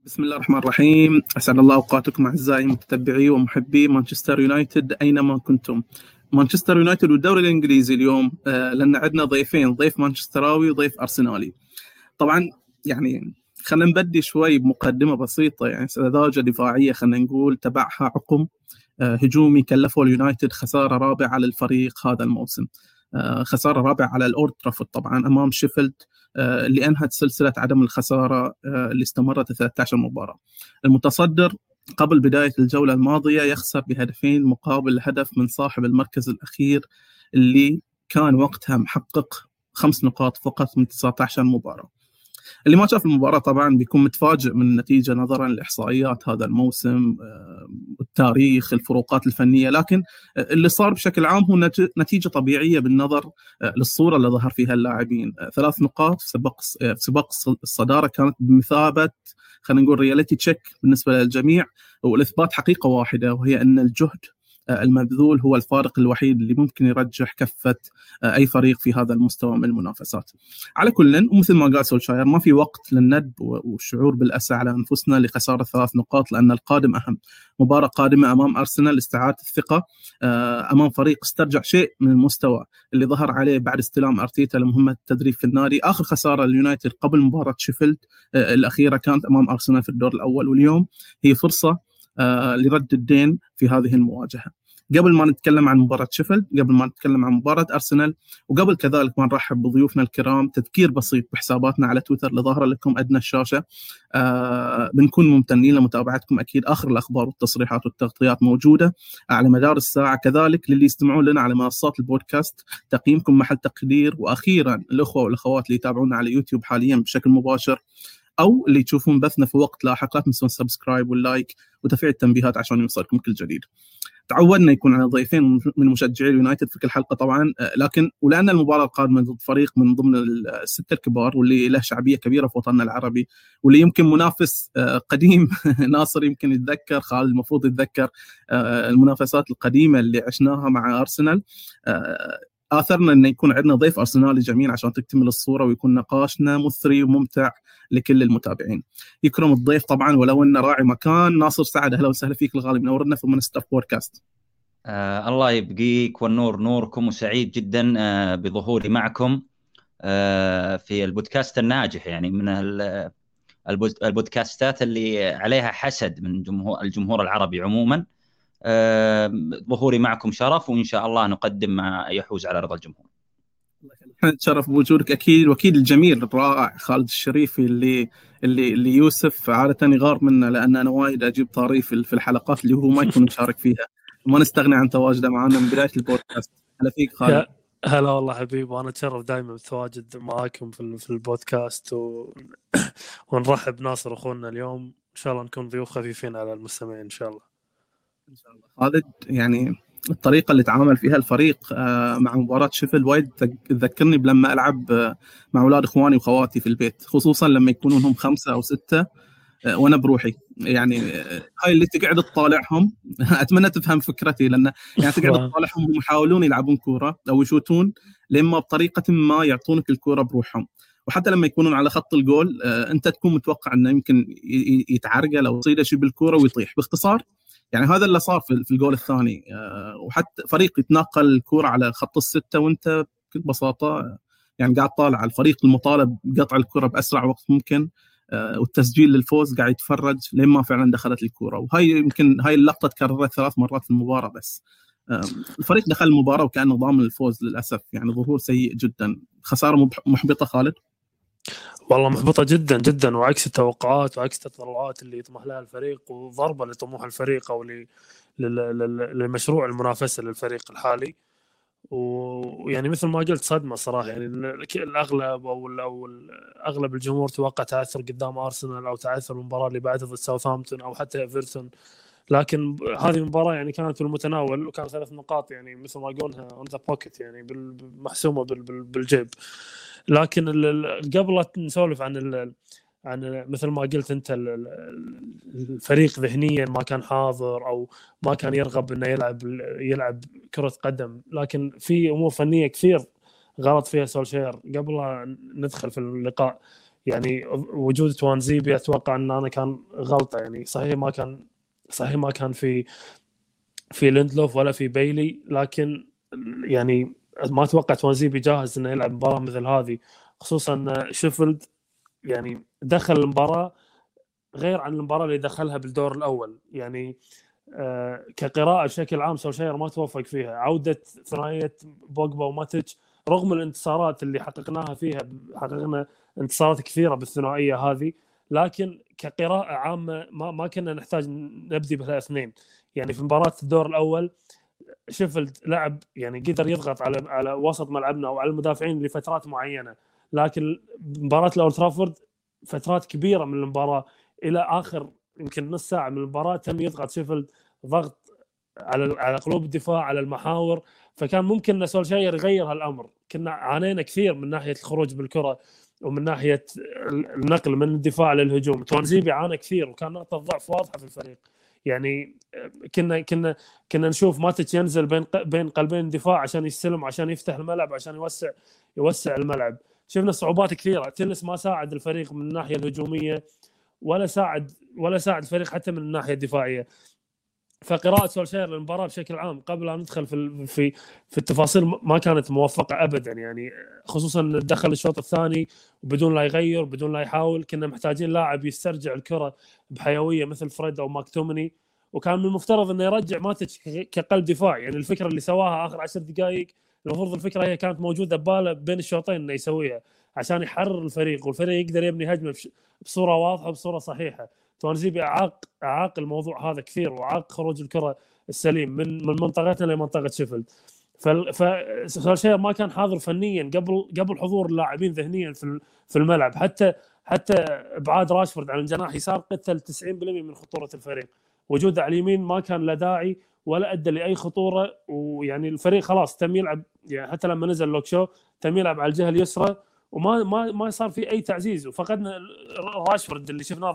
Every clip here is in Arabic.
بسم الله الرحمن الرحيم. أسعد الله أوقاتكم أعزائي متتبعي ومحبي مانشستر يونايتد أينما كنتم. مانشستر يونايتد والدوري الإنجليزي اليوم لأن عندنا ضيفين، ضيف مانشستراوي وضيف أرسنالي. طبعا يعني خلينا نبدي شوي بمقدمة بسيطة. يعني سذاجة دفاعية خلينا نقول تبعها عقم هجومي كلفوا اليونايتد خسارة رابعة على الفريق هذا الموسم. خسارة رابعة على الأولد ترافورد طبعا أمام شيفيلد، اللي أنهت سلسلة عدم الخسارة اللي استمرت 13 مباراة. المتصدر قبل بداية الجولة الماضية يخسر بهدفين مقابل هدف من صاحب المركز الأخير اللي كان وقتها محقق 5 نقاط فقط من 19 مباراة. اللي ما شاف المباراة طبعا بيكون متفاجئ من النتيجة نظرا لإحصائيات هذا الموسم، التاريخ، الفروقات الفنية، لكن اللي صار بشكل عام هو نتيجة طبيعية بالنظر للصورة اللي ظهر فيها اللاعبين. 3 نقاط في سباق الصدارة كانت بمثابة خلينا نقول رياليتي تشيك بالنسبة للجميع، والإثبات حقيقة واحدة وهي أن الجهد المبذول هو الفارق الوحيد اللي ممكن يرجح كفة أي فريق في هذا المستوى من المنافسات. على كل، ومثل ما قال سولشاير، ما في وقت للندب والشعور بالأسى على أنفسنا لخسارة 3 نقاط، لأن القادم أهم. مباراة قادمة أمام أرسنال استعادة الثقة أمام فريق استرجع شيء من المستوى اللي ظهر عليه بعد استلام أرتيتا لمهمة التدريب في النادي. آخر خسارة لليونايتد قبل مباراة شيفيلد الأخيرة كانت أمام أرسنال في الدور الأول، واليوم هي فرصة لرد الدين في هذه المواجهة. قبل ما نتكلم عن مباراة شيفيلد، قبل ما نتكلم عن مباراة أرسنال، وقبل كذلك ما نرحب بضيوفنا الكرام، تذكير بسيط بحساباتنا على تويتر اللي ظاهرة لكم أدنى الشاشة. بنكون ممتنين لمتابعتكم. أكيد آخر الأخبار والتصريحات والتغطيات موجودة على مدار الساعة، كذلك للي يستمعون لنا على منصات البودكاست تقييمكم محل تقدير. وأخيرا الأخوة والأخوات اللي يتابعونا على يوتيوب حاليا بشكل مباشر أو اللي يشوفون بثنا في وقت لاحق، لا تنسون سبسكرايب واللايك وتفعيل التنبيهات عشان يوصلكم كل جديد. تعودنا يكون عندنا ضيفين من مشجعي اليونايتد في كل حلقة طبعا، لكن ولأن المباراة القادمة ضد فريق من ضمن الستة الكبار واللي له شعبية كبيرة في وطننا العربي، واللي يمكن منافس قديم ناصر يمكن يتذكر، خالد المفروض يتذكر المنافسات القديمة اللي عشناها مع أرسنال. آثرنا أن يكون عندنا ضيف أرسنالي جميل عشان تكتمل الصورة ويكون نقاشنا مثري وممتع لكل المتابعين. يكرم الضيف طبعا ولو أنه راعي مكان. ناصر سعد، أهلا وسهلا فيك الغالي، منورنا في مانشستر بودكاست. الله يبقيك والنور نوركم، وسعيد جدا بظهوري معكم في البودكاست الناجح، يعني من البودكاستات اللي عليها حسد من الجمهور العربي عموما. ظهوري معكم شرف، وإن شاء الله نقدم ما يحوز على رضا الجمهور. احنا نتشرف بوجودك اكيد. وكيل الجميل الرائع خالد الشريفي اللي يوسف عاده يغار منه، لان انا وايد اجيب طريف في الحلقات اللي هو ما يكون مشارك فيها. ما نستغني عن تواجده معنا من بدايه البودكاست. هلا فيك خالد. هلا والله حبيبي، وانا اتشرف دائما بالتواجد معاكم في البودكاست ونرحب ناصر اخونا اليوم. ان شاء الله نكون ضيوف خفيفين على المستمعين ان شاء الله. خالد، يعني الطريقة اللي تعامل فيها الفريق مع مباراة شيفيلد وايد تذكرني بلما ألعب مع أولاد إخواني وخواتي في البيت، خصوصا لما يكونون هم 5 أو 6 وأنا بروحي. يعني هاي اللي تقعد تطالعهم أتمنى تفهم فكرتي، لأن يعني تقعد تطالعهم هم يحاولون يلعبون كورة أو يشوتون لما بطريقة ما يعطونك الكورة بروحهم، وحتى لما يكونون على خط الجول أنت تكون متوقع أنه يمكن يتعرقل أو يصيد شيء بالكورة ويطيح. باختصار يعني هذا اللي صار في الجول الثاني، وحتى فريق يتناقل الكرة على خط الستة وانت بكل بساطة يعني قاعد طالع على الفريق المطالب بقطع الكرة بأسرع وقت ممكن والتسجيل للفوز، قاعد يتفرج لما فعلا دخلت الكرة. وهي يمكن هاي اللقطة تكررت 3 مرات في المباراة، بس الفريق دخل المباراة وكأنه ضامن الفوز. للأسف يعني ظهور سيء جدا، خسارة محبطة. خالد والله محبطة جدا جدا، وعكس التوقعات وعكس التطلعات اللي يطمح لها الفريق، وضربة لطموح الفريق أو لمشروع المنافسة للفريق الحالي. ويعني مثل ما قلت صدمة صراحة، يعني الأغلب أو أغلب الجمهور توقع تعثر قدام أرسنال أو تعثر المباراة اللي بعدها ضد ساوثهامبتون أو حتى إيفرتون، لكن هذه المباراة يعني كانت في المتناول، وكان 3 نقاط يعني مثل ما يقولونها on the pocket، يعني محسومة بالجيب. لكن قبل نسولف عن مثل ما قلت انت الفريق ذهنيا ما كان حاضر او ما كان يرغب انه يلعب كرة قدم، لكن في امور فنية كثير غلط فيها سولشير. قبل ندخل في اللقاء يعني وجود توانزيبي اتوقع ان انا كان غلطه، يعني صحيح ما كان في ليندلوف ولا في بيلي، لكن يعني ما اتوقع توانزيبي جاهز انه يلعب مباراه مثل هذه، خصوصا ان شيفيلد يعني دخل المباراه غير عن المباراه اللي دخلها بالدور الاول. يعني كقراءه بشكل عام سولشاير ما توفق فيها. عوده ثنائيه بوجبا وماتيتش رغم الانتصارات اللي حققناها فيها، حققنا انتصارات كثيره بالثنائيه هذه، لكن كقراءه عامه ما كنا نحتاج نبدي بالاثنين. يعني في مباراه الدور الاول شيفيلد لعب يعني قدر يضغط على وسط ملعبنا او على المدافعين لفترات معينه، لكن مباراه الاولد ترافورد فترات كبيره من المباراه الى اخر يمكن نص ساعه من المباراه تم يضغط شيفيلد ضغط على قلوب الدفاع، على المحاور. فكان ممكن ان سولشاير يغير هالامر. كنا عانينا كثير من ناحيه الخروج بالكره ومن ناحيه النقل من الدفاع للهجوم. توانزيبي عانى كثير وكان نقطه ضعف واضحه في الفريق. يعني كنا نشوف ماتش ينزل بين قلبين الدفاع عشان يستلم، عشان يفتح الملعب، عشان يوسع الملعب. شفنا صعوبات كثيره. تنس ما ساعد الفريق من الناحيه الهجوميه ولا ساعد الفريق حتى من الناحيه الدفاعيه. فقراءة سولشاير للمباراة بشكل عام قبل أن ندخل في التفاصيل ما كانت موفقة أبدا، يعني خصوصا دخل الشوط الثاني وبدون لا يغير بدون لا يحاول. كنا محتاجين لاعب يسترجع الكرة بحيوية مثل فريد أو ماكتوميني، وكان من المفترض أنه يرجع ماتش كقلب دفاع. يعني الفكرة اللي سواها آخر 10 دقائق المفروض الفكرة هي كانت موجودة بباله بين الشوطين أنه يسويها عشان يحرر الفريق والفريق يقدر يبني هجمة بصورة واضحة وبصورة صحيحة. توانزيبي أعاق الموضوع هذا كثير، وعاق خروج الكرة السليم من منطقتنا لمنطقة شيفيلد. فسولشاير ما كان حاضر فنيا قبل حضور اللاعبين ذهنيا في الملعب. حتى ابعاد راشفورد عن الجناح يسار قتل 90% من خطورة الفريق. وجوده على اليمين ما كان لا داعي ولا ادى لاي خطورة. ويعني الفريق خلاص تم يلعب، يعني حتى لما نزل لوكشو تم يلعب على الجهة اليسرى وما ما صار في اي تعزيز. وفقدنا راشفورد اللي شفناه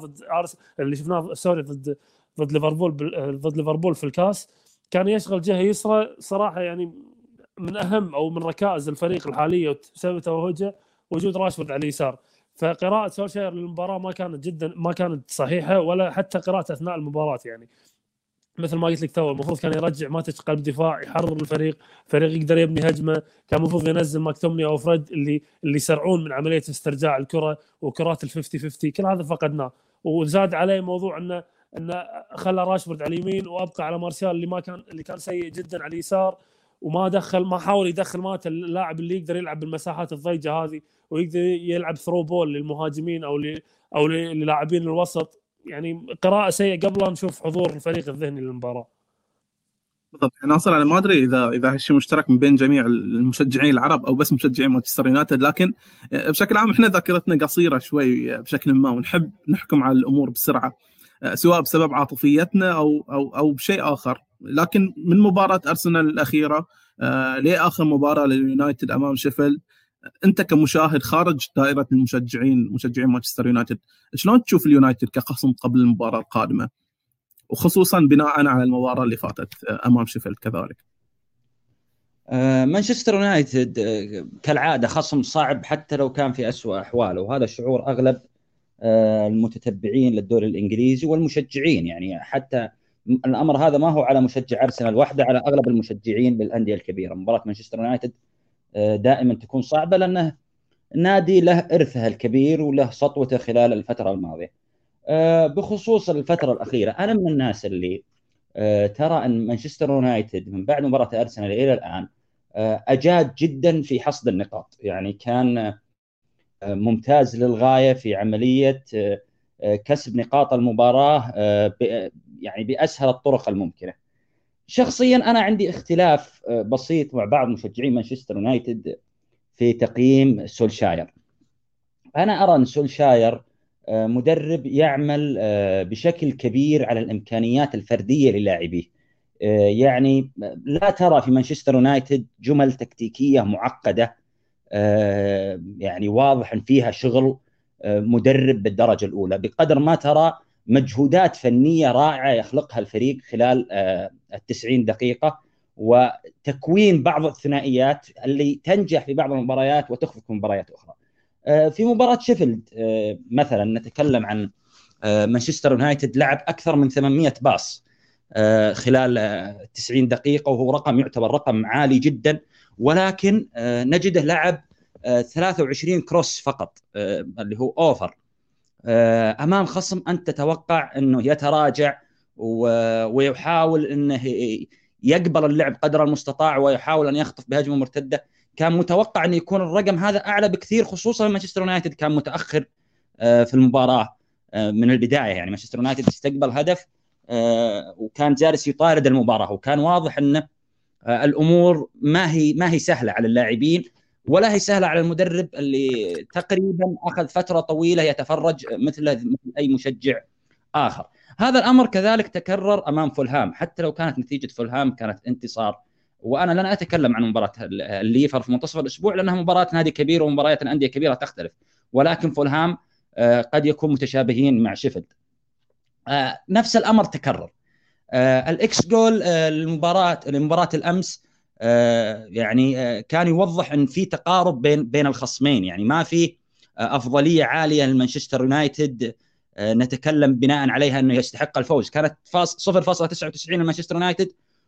ضد ليفربول في الكاس، كان يشغل جهه يسرى صراحه. يعني من اهم او من ركائز الفريق الحاليه وسبب توهجه وجود راشفورد على اليسار. فقراءه سولشاير للمباراه ما كانت صحيحه، ولا حتى قراءه اثناء المباراه. يعني مثل ما قلت لك تو المفروض كان يرجع ماتش قلب دفاع، يحرر الفريق يقدر يبني هجمه. كان المفروض ينزل ماكتومني او فريد اللي يسرعون من عمليه استرجاع الكره وكرات ال50-50. كل هذا فقدناه. وزاد عليه موضوع انه خلى راشفورد على اليمين وابقى على مارسيال اللي كان سيء جدا على اليسار، ما حاول يدخل مات اللاعب اللي يقدر يلعب بالمساحات الضيقه هذه ويقدر يلعب ثرو بول للمهاجمين او للاعبين الوسط. يعني قراءة سيئة قبل أن نشوف حضور الفريق الذهني للمباراة. بالضبط. يعني اصلا انا ما ادري اذا هالشيء مشترك من بين جميع المشجعين العرب او بس مشجعين مانشستر يونايتد، لكن بشكل عام احنا ذاكرتنا قصيره شوي بشكل ما، ونحب نحكم على الامور بسرعه سواء بسبب عاطفيتنا او بشيء اخر. لكن من مباراه ارسنال الاخيره لاخر مباراه لليونايتد امام شيفيلد، انت كمشاهد خارج دائره مشجعين مانشستر يونايتد، شلون تشوف اليونايتد كخصم قبل المباراه القادمه، وخصوصا بناء على المباراة اللي فاتت أمام شيفيلد كذلك؟ مانشستر يونايتد كالعادة خصم صعب حتى لو كان في أسوأ أحواله، وهذا شعور أغلب المتتبعين للدوري الإنجليزي والمشجعين. يعني حتى الأمر هذا ما هو على مشجع أرسنال وحده، على أغلب المشجعين للأندية الكبيرة. مباراة مانشستر يونايتد دائما تكون صعبة لأنه نادي له إرثه الكبير وله سطوته خلال الفترة الماضية. بخصوص الفترة الأخيرة، أنا من الناس اللي ترى أن مانشستر يونايتد من بعد مباراة أرسنال إلى الآن أجاد جدا في حصد النقاط. يعني كان ممتاز للغاية في عملية كسب نقاط المباراة يعني بأسهل الطرق الممكنة. شخصيا أنا عندي اختلاف بسيط مع بعض مشجعين مانشستر يونايتد في تقييم سولشاير. أنا أرى أن سولشاير مدرب يعمل بشكل كبير على الإمكانيات الفردية للاعبيه. يعني لا ترى في مانشستر يونايتد جمل تكتيكية معقدة يعني واضح أن فيها شغل مدرب بالدرجة الأولى، بقدر ما ترى مجهودات فنية رائعة يخلقها الفريق خلال 90 دقيقة، وتكوين بعض الثنائيات اللي تنجح في بعض المباريات وتخفق في مباريات أخرى. في مباراة شيفيلد مثلا نتكلم عن مانشستر يونايتد لعب أكثر من 800 باص خلال 90 دقيقة، وهو رقم يعتبر رقم عالي جدا، ولكن نجده لعب 23 كروس فقط اللي هو أوفر أمام خصم أنت تتوقع أنه يتراجع ويحاول أنه يقبل اللعب قدر المستطاع ويحاول أن يخطف بهجمة مرتدة. كان متوقع أن يكون الرقم هذا أعلى بكثير، خصوصا مانشستر يونايتد كان متأخر في المباراة من البداية. يعني مانشستر يونايتد استقبل هدف وكان جالس يطارد المباراة، وكان واضح أن الأمور ما هي سهلة على اللاعبين ولا هي سهلة على المدرب اللي تقريبا أخذ فترة طويلة يتفرج مثل أي مشجع آخر. هذا الأمر كذلك تكرر أمام فولهام، حتى لو كانت نتيجة فولهام كانت انتصار. وأنا لن أتكلم عن مباراة الليفر في منتصف الأسبوع لأنها مباراة نادي كبير ومباريات الأندية كبيرة تختلف، ولكن فولهام قد يكون متشابهين مع شيفيلد. نفس الأمر تكرر. الإكس جول لمباراة الأمس يعني كان يوضح أن في تقارب بين الخصمين، يعني ما في أفضلية عالية لمانشستر يونايتد نتكلم بناء عليها أنه يستحق الفوز. كانت 0.99 لمانشستر يونايتد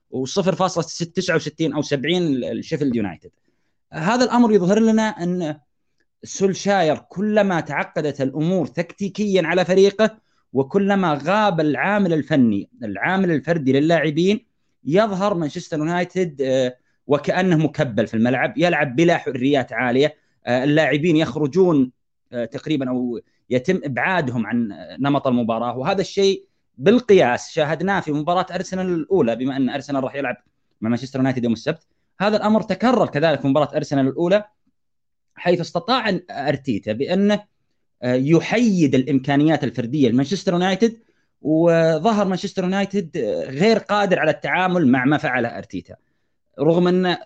و0.69 أو 70 لشيفيلد يونايتد. هذا الأمر يظهر لنا أن سولشاير كلما تعقدت الأمور تكتيكيا على فريقه وكلما غاب العامل الفني العامل الفردي للاعبين، يظهر مانشستر يونايتد وكأنه مكبل في الملعب، يلعب بلا حريات عالية، اللاعبين يخرجون تقريبا أو يتم إبعادهم عن نمط المباراة. وهذا الشيء بالقياس شاهدناه في مباراة أرسنال الأولى، بما أن أرسنال راح يلعب مع مانشستر يونايتد يوم السبت. هذا الأمر تكرر كذلك في مباراة أرسنال الأولى، حيث استطاع أرتيتا بأنه يحيد الإمكانيات الفردية لمانشستر يونايتد، وظهر مانشستر يونايتد غير قادر على التعامل مع ما فعله أرتيتا. رغم أن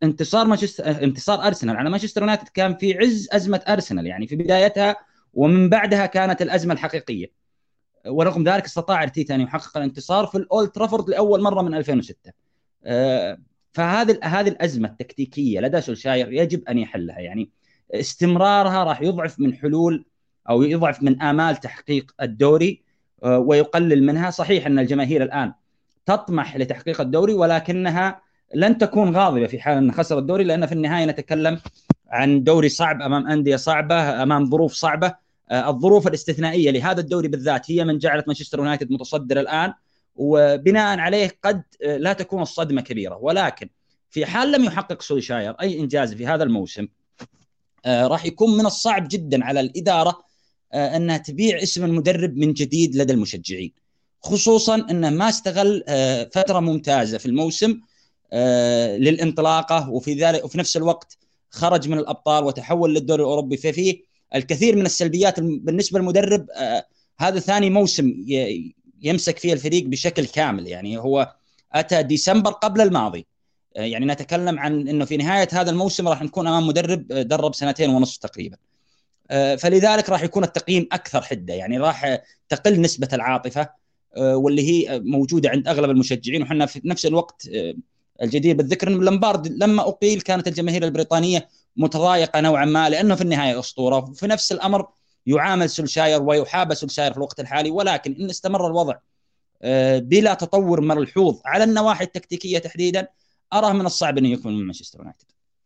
انتصار أرسنال على مانشستر يونايتد كان في عز أزمة أرسنال، يعني في بدايتها ومن بعدها كانت الأزمة الحقيقية، ورغم ذلك استطاع أرتيتا أن يحقق الانتصار في الأولد ترافورد لأول مرة من 2006. فهذه الأزمة التكتيكية لدى سولشاير يجب أن يحلها، يعني استمرارها راح يضعف من حلول أو يضعف من آمال تحقيق الدوري ويقلل منها. صحيح أن الجماهير الآن تطمح لتحقيق الدوري، ولكنها لن تكون غاضبة في حال أن خسر الدوري، لأن في النهاية نتكلم عن دوري صعب أمام أندية صعبة أمام ظروف صعبة. الظروف الاستثنائية لهذا الدوري بالذات هي من جعلت مانشستر يونايتد متصدر الآن، وبناء عليه قد لا تكون الصدمة كبيرة. ولكن في حال لم يحقق سولشاير أي إنجاز في هذا الموسم، راح يكون من الصعب جدا على الإدارة أنها تبيع اسم المدرب من جديد لدى المشجعين، خصوصا أنه ما استغل فترة ممتازة في الموسم للانطلاقة، وفي نفس الوقت خرج من الأبطال وتحول للدوري الأوروبي. ففيه الكثير من السلبيات بالنسبة للمدرب. هذا ثاني موسم يمسك فيه الفريق بشكل كامل، يعني هو أتى ديسمبر قبل الماضي، يعني نتكلم عن أنه في نهاية هذا الموسم راح نكون أمام مدرب درب 2.5 تقريبا. فلذلك راح يكون التقييم أكثر حدة، يعني راح تقل نسبة العاطفة واللي هي موجودة عند أغلب المشجعين. وحنا في نفس الوقت الجدير بالذكر أن لامبارد لما أقيل كانت الجماهير البريطانية متضايقة نوعا ما، لأنه في النهاية أسطورة. وفي نفس الأمر يعامل سولشاير ويحاب سولشاير في الوقت الحالي، ولكن إن استمر الوضع بلا تطور ملحوظ على النواحي التكتيكية تحديدا، أراه من الصعب أن يكون من مانشستر يونايتد.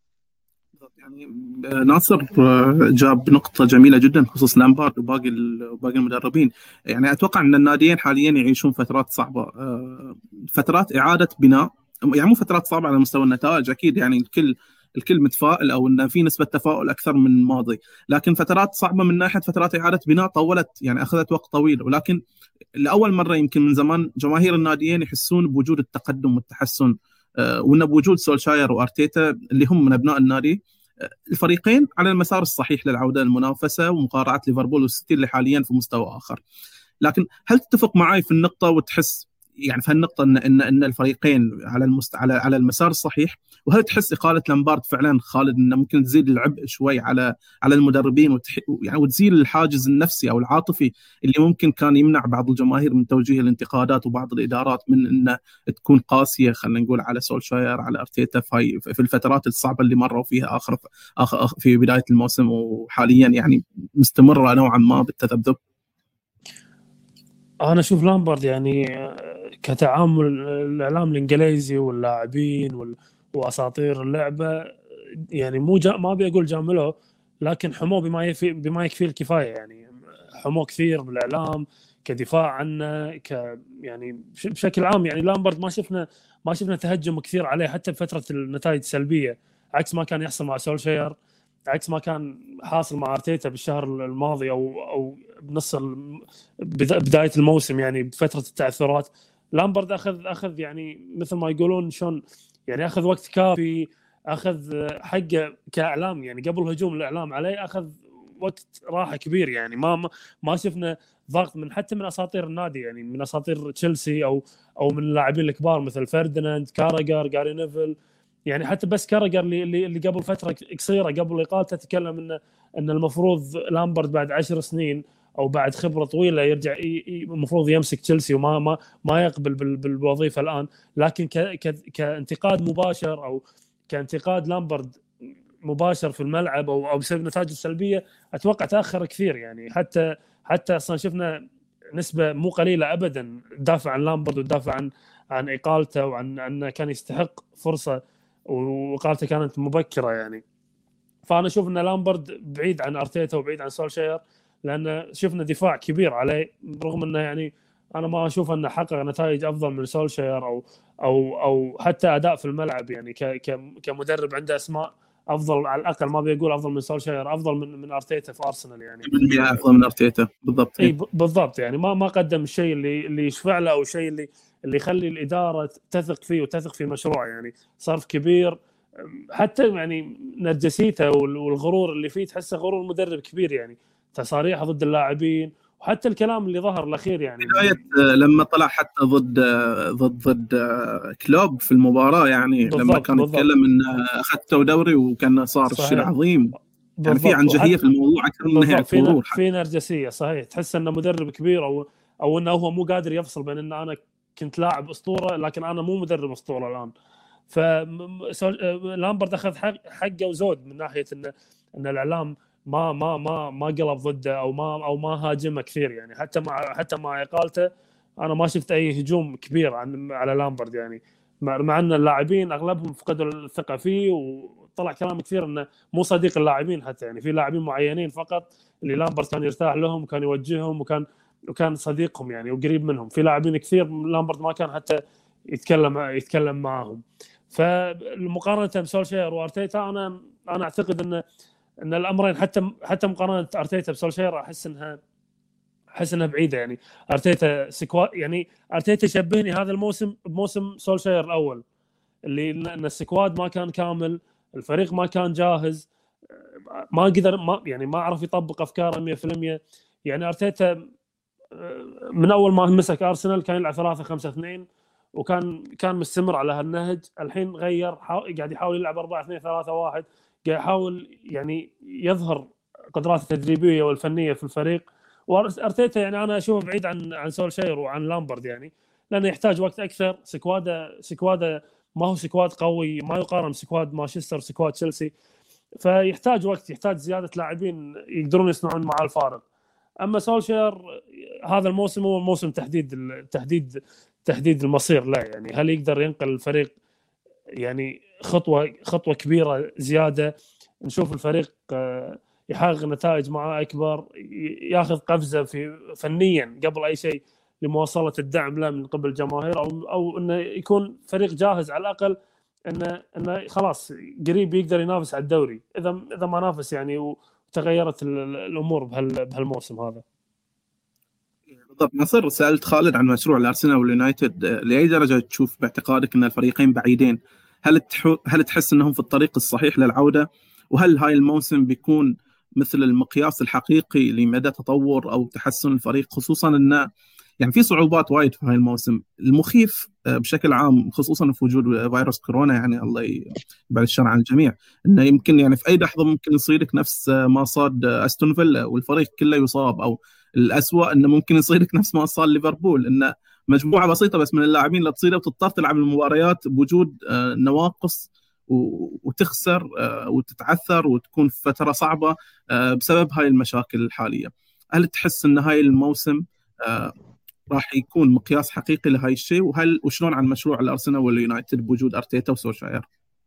يعني ناصر جاب نقطة جميلة جدا بخصوص لامبارد وباقي المدربين. يعني أتوقع أن الناديين حاليا يعيشون فترات صعبة، فترات إعادة بناء، يعني مو فترات صعبة على مستوى النتائج أكيد، يعني الكل متفائل أو أن في نسبة تفاؤل أكثر من الماضي، لكن فترات صعبة من ناحية فترات إعادة بناء طولت، يعني أخذت وقت طويل. ولكن لأول مرة يمكن من زمان جماهير الناديين يحسون بوجود التقدم والتحسن، وأن بوجود سولشاير وأرتيتا اللي هم من أبناء النادي، الفريقين على المسار الصحيح للعودة للمنافسة ومقارعة ليفربول والسيتي اللي حاليا في مستوى آخر. لكن هل تتفق معي في النقطة وتحس يعني في هالنقطة إن الفريقين على المسار الصحيح؟ وهل تحس إقالة لامبارد فعلا خالد إنه ممكن تزيد العبء شوي على المدربين يعني وتزيل الحاجز النفسي أو العاطفي اللي ممكن كان يمنع بعض الجماهير من توجيه الانتقادات وبعض الإدارات من إنه تكون قاسية، خلينا نقول، على سولشاير على أرتيتا في الفترات الصعبة اللي مروا فيها في بداية الموسم وحاليا يعني مستمرة نوعا ما بالتذبذب؟ انا اشوف لامبارد يعني كتعامل الاعلام الانجليزي واللاعبين واساطير اللعبه، يعني ما ابي اقول جامله، لكن حموه بما يكفي الكفايه. يعني حموه كثير بالاعلام كدفاع عنه، يعني بشكل عام. يعني لامبارد ما شفنا تهجم كثير عليه حتى بفتره النتائج السلبيه، عكس ما كان يحصل مع سولشاير، عكس ما كان حاصل مع ارتيتا بالشهر الماضي او بنص بدايه الموسم، يعني بفتره التعثرات. لامبارد اخذ يعني مثل ما يقولون شلون، يعني اخذ وقت كافي، اخذ حقه كاعلام. يعني قبل هجوم الاعلام عليه اخذ وقت راحه كبير. يعني ما شفنا ضغط حتى من اساطير النادي، يعني من اساطير تشيلسي او من اللاعبين الكبار مثل فرديناند، كاراغر، جاري نيفل. يعني حتى بس كاراغر اللي قبل فتره قصيره قبل اقالته تكلم ان المفروض لامبارد بعد 10 سنين او بعد خبره طويله يرجع المفروض يمسك تشيلسي، وما ما يقبل بالوظيفه الان. لكن كانتقاد مباشر او كانتقاد لامبارد مباشر في الملعب او بسبب نتائجه السلبيه، اتوقع تاخر كثير. يعني حتى اصلا شفنا نسبه مو قليله ابدا تدافع عن لامبارد وتدافع عن اقالته وعن انه كان يستحق فرصه وإقالته كانت مبكره. يعني فانا اشوف ان لامبارد بعيد عن ارتيتا وبعيد عن سولشاير، لان شفنا دفاع كبير عليه، رغم انه يعني انا ما اشوف انه حقق نتائج افضل من سولشاير او حتى اداء في الملعب. يعني كمدرب عنده اسماء افضل على الاقل، ما بيقول افضل من سولشاير، افضل من ارتيتا في ارسنال. يعني افضل من ارتيتا بالضبط. اي بالضبط. يعني ما قدم الشيء اللي يشفع له او الشيء اللي يخلي الاداره تثق فيه وتثق في مشروع. يعني صرف كبير، حتى يعني نرجسيته والغرور اللي فيه تحسه غرور مدرب كبير. يعني تصاريحه ضد اللاعبين وحتى الكلام اللي ظهر الاخير، يعني لما طلع حتى ضد كلوب في المباراه، يعني لما كان يتكلم ان اخذته دوري وكان صار الشيء عظيم. يعني في عنجهيه في الموضوع اكثر منها غرور، في نرجسيه صحيح. تحس انه مدرب كبير او انه هو مو قادر يفصل بين ان انا كنت لاعب اسطوره لكن انا مو مدرب اسطوره الان. فلامبرد اخذ حقه وزود من ناحيه ان الاعلام ما قلب ضده او ما هاجمه كثير. يعني حتى مع اقالته انا ما شفت اي هجوم كبير على لامبرد. يعني مع ان اللاعبين اغلبهم فقدوا الثقه فيه، وطلع كلام كثير انه مو صديق اللاعبين حتى. يعني في لاعبين معينين فقط اللي لامبرد كان يرتاح لهم وكان يوجههم وكان صديقهم يعني وقريب منهم. في لاعبين كثير لامبرد ما كان حتى يتكلم معهم. فالمقارنه بسولشاير وارتيتا انا اعتقد ان الامرين حتى مقارنه ارتيتا بسولشاير احس انها بعيده. يعني ارتيتا يعني ارتيتا يشبهني هذا الموسم بموسم سولشاير الاول، اللي ان السكواد ما كان كامل، الفريق ما كان جاهز، ما قدر ما عرف يطبق افكاره 100%. يعني ارتيتا من اول ما مسك ارسنال كان يلعب 3-5-2 وكان مستمر على هالنهج. الحين غير، قاعد يحاول يلعب 4-2-3-1، قاعد يحاول يعني يظهر قدراته التدريبيه والفنيه في الفريق. وارتيتا يعني انا اشوفه بعيد عن سولشاير وعن لامبرد، يعني لانه يحتاج وقت اكثر. سكواده ما هو سكواد قوي، ما يقارن بسكواد مانشستر، سكواد تشيلسي، فيحتاج وقت، يحتاج زياده لاعبين يقدرون يصنعون مع الفارق. اما سولشاير هذا الموسم هو موسم تحديد المصير لا. يعني هل يقدر ينقل الفريق يعني خطوه كبيره زياده، نشوف الفريق يحقق نتائج معاه اكبر، ياخذ قفزه فنيا قبل اي شيء لمواصله الدعم له من قبل الجماهير، او انه يكون فريق جاهز على الاقل انه خلاص قريب يقدر ينافس على الدوري اذا ما نافس يعني وتغيرت الامور بهالموسم هذا. بالضبط. نصر، سألت خالد عن مشروع الأرسنال واليونايتد، لأي درجة تشوف باعتقادك أن الفريقين بعيدين؟ هل تحس أنهم في الطريق الصحيح للعودة؟ وهل هاي الموسم بيكون مثل المقياس الحقيقي لمدى تطور أو تحسن الفريق، خصوصا أن يعني في صعوبات وايد في هاي الموسم. المخيف بشكل عام خصوصا في وجود فيروس كورونا، يعني الله يبعد الشر عن الجميع، انه يمكن يعني في اي لحظه ممكن يصيرك نفس ما صاد استون فيلا والفريق كله يصاب، او الأسوأ انه ممكن يصيرك نفس ما صار ليفربول، انه مجموعه بسيطه بس من اللاعبين اللي تصيده وتضطر تلعب المباريات بوجود نواقص وتخسر وتتعثر وتكون في فتره صعبه بسبب هاي المشاكل الحاليه. هل تحس ان هاي الموسم راح يكون مقياس حقيقي لهاي الشيء؟ وشلون عن مشروع الارسنال واليونايتد بوجود ارتيتا وسولشاير؟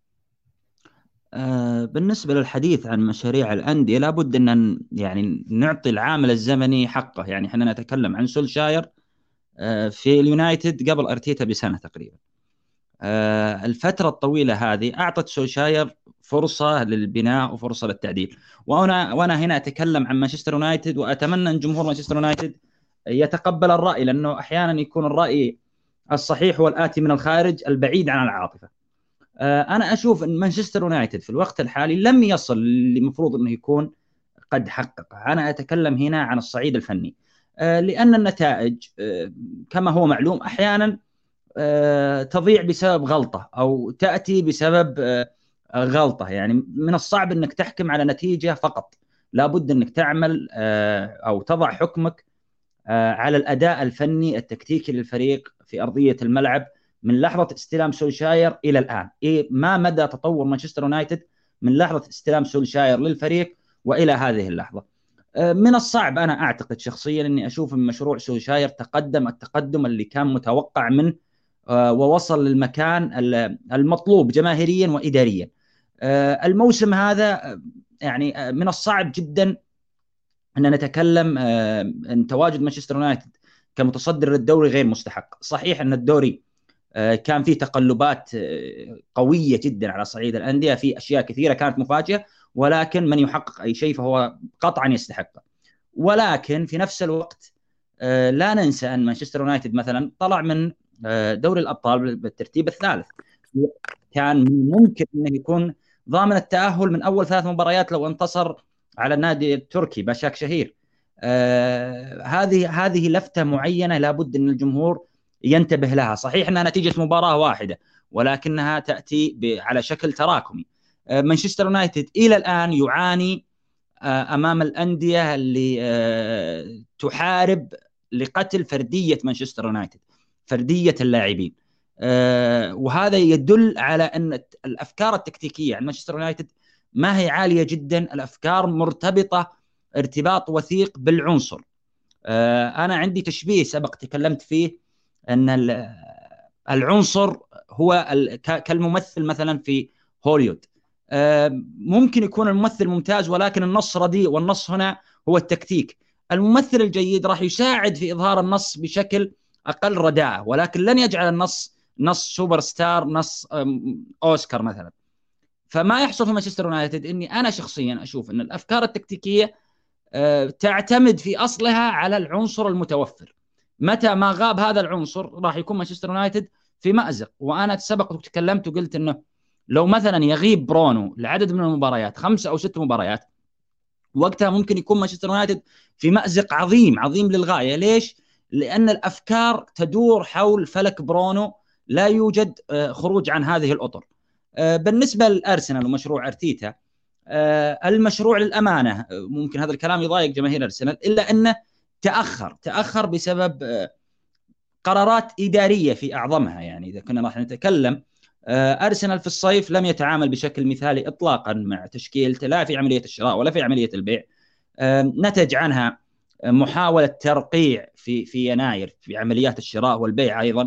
بالنسبة للحديث عن مشاريع الأندية لابد أن يعني نعطي العامل الزمني حقه. يعني احنا نتكلم عن سولشاير في اليونايتد قبل أرتيتا بسنة تقريبا. الفترة الطويلة هذه أعطت سولشاير فرصة للبناء وفرصة للتعديل. وأنا هنا أتكلم عن مانشستر يونايتد، وأتمنى أن جمهور مانشستر يونايتد يتقبل الرأي، لأنه أحيانا يكون الرأي الصحيح هو الآتي من الخارج البعيد عن العاطفة. أنا أشوف أن مانشستر يونايتد في الوقت الحالي لم يصل اللي المفروض أنه يكون قد حققه. أنا أتكلم هنا عن الصعيد الفني، لأن النتائج كما هو معلوم أحيانا تضيع بسبب غلطة أو تأتي بسبب غلطة. يعني من الصعب أنك تحكم على نتيجة فقط، لابد أنك تعمل أو تضع حكمك على الأداء الفني التكتيكي للفريق في أرضية الملعب من لحظة استلام سولشاير إلى الآن. ما مدى تطور مانشستر يونايتد من لحظة استلام سولشاير للفريق وإلى هذه اللحظة؟ من الصعب أنا أعتقد شخصيا أني أشوف أن مشروع سولشاير تقدم التقدم اللي كان متوقع منه ووصل للمكان المطلوب جماهيريا وإداريا. الموسم هذا يعني من الصعب جدا أن نتكلم أن تواجد مانشستر يونايتد كمتصدر للدوري غير مستحق. صحيح أن الدوري كان فيه تقلبات قوية جدا على صعيد الأندية، في أشياء كثيرة كانت مفاجئة، ولكن من يحقق أي شيء فهو قطعا يستحقه. ولكن في نفس الوقت لا ننسى أن مانشستر يونايتد مثلا طلع من دوري الأبطال بالترتيب الثالث، كان ممكن أنه يكون ضامن التأهل من أول 3 مباريات لو انتصر على النادي التركي باشاك شهير. هذه لفتة معينة لابد أن الجمهور ينتبه لها. صحيح أنها نتيجة مباراة واحدة، ولكنها تأتي على شكل تراكمي. مانشستر يونايتد إلى الآن يعاني أمام الأندية اللي تحارب لقتل فردية مانشستر يونايتد، فردية اللاعبين. وهذا يدل على أن الأفكار التكتيكية عن مانشستر يونايتد ما هي عالية جدا. الأفكار مرتبطة ارتباط وثيق بالعنصر. أنا عندي تشبيه سبق تكلمت فيه، أن العنصر هو كالممثل مثلا في هوليوود. ممكن يكون الممثل ممتاز ولكن النص رديء، والنص هنا هو التكتيك. الممثل الجيد راح يساعد في إظهار النص بشكل أقل رداءة، ولكن لن يجعل النص نص سوبر ستار، نص أوسكار مثلا. فما يحصل في مانشستر يونايتد أني أنا شخصيا أشوف أن الأفكار التكتيكية تعتمد في أصلها على العنصر المتوفر. متى ما غاب هذا العنصر راح يكون مانشستر يونايتد في مأزق. وأنا سبق وتكلمت وقلت أنه لو مثلا يغيب برونو لعدد من المباريات 5 أو 6 مباريات، وقتها ممكن يكون مانشستر يونايتد في مأزق عظيم عظيم للغاية. ليش؟ لأن الأفكار تدور حول فلك برونو، لا يوجد خروج عن هذه الأطر. بالنسبة للأرسنال ومشروع أرتيتا، المشروع للأمانة ممكن هذا الكلام يضايق جماهير أرسنال، إلا أنه تأخر بسبب قرارات إدارية في أعظمها. يعني إذا كنا راح نتكلم، أرسنال في الصيف لم يتعامل بشكل مثالي إطلاقا مع تشكيلته، لا في عملية الشراء ولا في عملية البيع. نتج عنها محاولة ترقيع في يناير في عمليات الشراء والبيع أيضا.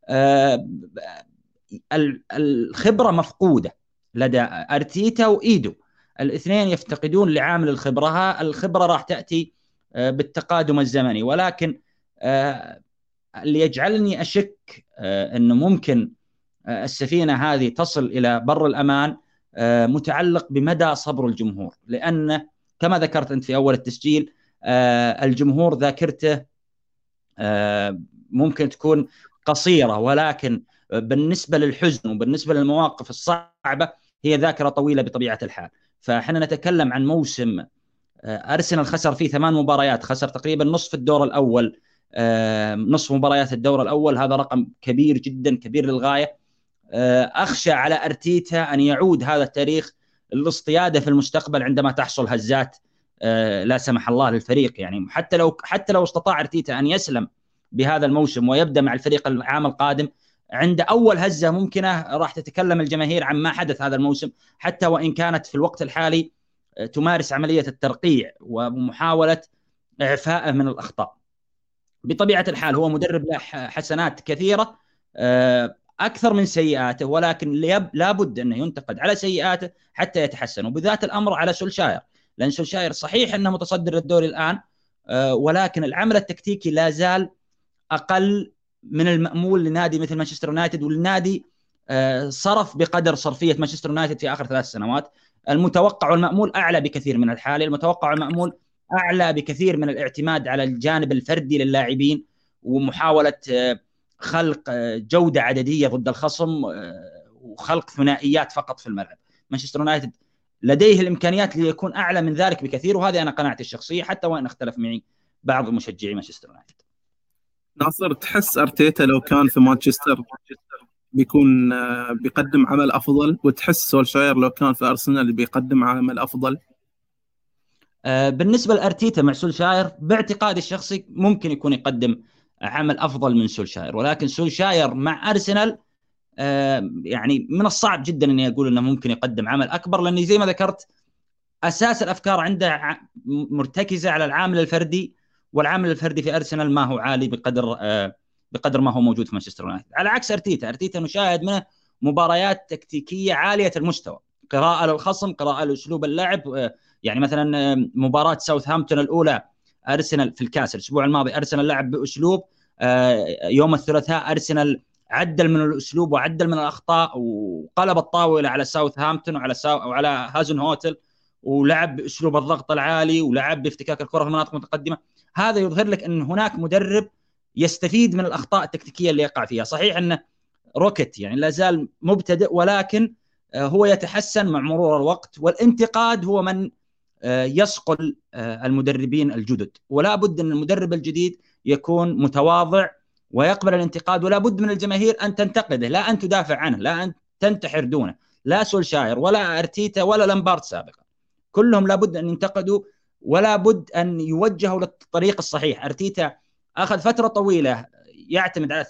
الخبرة مفقودة لدى أرتيتا وإيدو، الاثنين يفتقدون لعامل الخبرة. الخبرة راح تأتي بالتقادم الزمني، ولكن اللي يجعلني أشك أنه ممكن السفينة هذه تصل إلى بر الأمان متعلق بمدى صبر الجمهور. لأن كما ذكرت أنت في أول التسجيل، الجمهور ذاكرته ممكن تكون قصيرة، ولكن بالنسبة للحزن وبالنسبة للمواقف الصعبة هي ذاكرة طويلة بطبيعة الحال. فإحنا نتكلم عن موسم أرسنال خسر فيه 8 مباريات، خسر تقريبا نصف الدور الأول، نصف مباريات الدور الأول، هذا رقم كبير جدا، كبير للغاية. أخشى على أرتيتا أن يعود هذا التاريخ للاصطيادة في المستقبل عندما تحصل هزات لا سمح الله للفريق. يعني حتى لو استطاع أرتيتا أن يسلم بهذا الموسم ويبدأ مع الفريق العام القادم، عند أول هزة ممكنة راح تتكلم الجماهير عن ما حدث هذا الموسم، حتى وإن كانت في الوقت الحالي تمارس عملية الترقيع ومحاولة إعفائه من الأخطاء. بطبيعة الحال هو مدرب له حسنات كثيرة أكثر من سيئاته، ولكن لابد أنه ينتقد على سيئاته حتى يتحسن، وبذات الأمر على سولشاير، لأن سولشاير صحيح أنه متصدر الدوري الآن، ولكن العمل التكتيكي لا زال أقل من المأمول لنادي مثل مانشستر يونايتد، والنادي صرف بقدر صرفية مانشستر يونايتد في آخر 3 سنوات. المتوقع والمأمول أعلى بكثير من الحالي، المتوقع والمأمول أعلى بكثير من الاعتماد على الجانب الفردي للاعبين ومحاولة خلق جودة عددية ضد الخصم وخلق ثنائيات فقط في الملعب. مانشستر يونايتد لديه الإمكانيات ليكون أعلى من ذلك بكثير، وهذه أنا قناعتي الشخصية حتى وإن اختلف معي بعض مشجعي مانشستر يونايتد. ناصر، تحس أرتيتا لو كان في مانشستر بيكون بيقدم عمل أفضل، وتحس سولشاير لو كان في أرسنال بيقدم عمل أفضل؟ بالنسبة لأرتيتا مع سولشاير باعتقادي الشخصي ممكن يكون يقدم عمل أفضل من سولشاير، ولكن سولشاير مع أرسنال يعني من الصعب جدا أني أقول أنه ممكن يقدم عمل أكبر، لأني زي ما ذكرت أساس الأفكار عنده مرتكزة على العامل الفردي، والعامل الفردي في أرسنال ما هو عالي بقدر ما هو موجود في مانشستر يونايتد. على عكس أرتيتا نشاهد منه مباريات تكتيكية عالية المستوى، قراءة للخصم، قراءة لأسلوب اللعب. يعني مثلا مباراة ساوثهامبتون الأولى أرسنال في الكاس الأسبوع الماضي، أرسنال لعب بأسلوب، يوم الثلاثاء أرسنال عدل من الأسلوب وعدل من الأخطاء وقلب الطاولة على ساوثهامبتون وعلى هازن هوتل، ولعب بأسلوب الضغط العالي ولعب بافتكاك الكرة في المناطق المتقدمة. هذا يظهر لك أن هناك مدرب يستفيد من الأخطاء التكتيكية اللي يقع فيها. صحيح أنه روكيت يعني لا زال مبتدئ، ولكن هو يتحسن مع مرور الوقت، والانتقاد هو من يصقل المدربين الجدد، ولا بد أن المدرب الجديد يكون متواضع ويقبل الانتقاد، ولا بد من الجماهير أن تنتقده لا أن تدافع عنه، لا أن تنتحر دونه. لا سولشاير ولا أرتيتا ولا لامبارد سابقا، كلهم لا بد أن ينتقدوا ولا بد أن يوجهوا للطريق الصحيح. أرتيتا أخذ فترة طويلة يعتمد على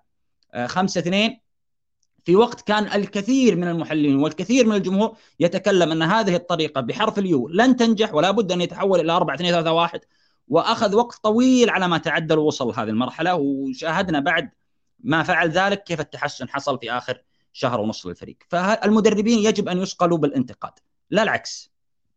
3-5-2 في وقت كان الكثير من المحللين والكثير من الجمهور يتكلم أن هذه الطريقة بحرف اليو لن تنجح ولا بد أن يتحول إلى 4-2-3-1، وأخذ وقت طويل على ما تعدل ووصل هذه المرحلة، وشاهدنا بعد ما فعل ذلك كيف التحسن حصل في آخر شهر ونصف للفريق. فالمدربين يجب أن يسقلوا بالانتقاد لا العكس.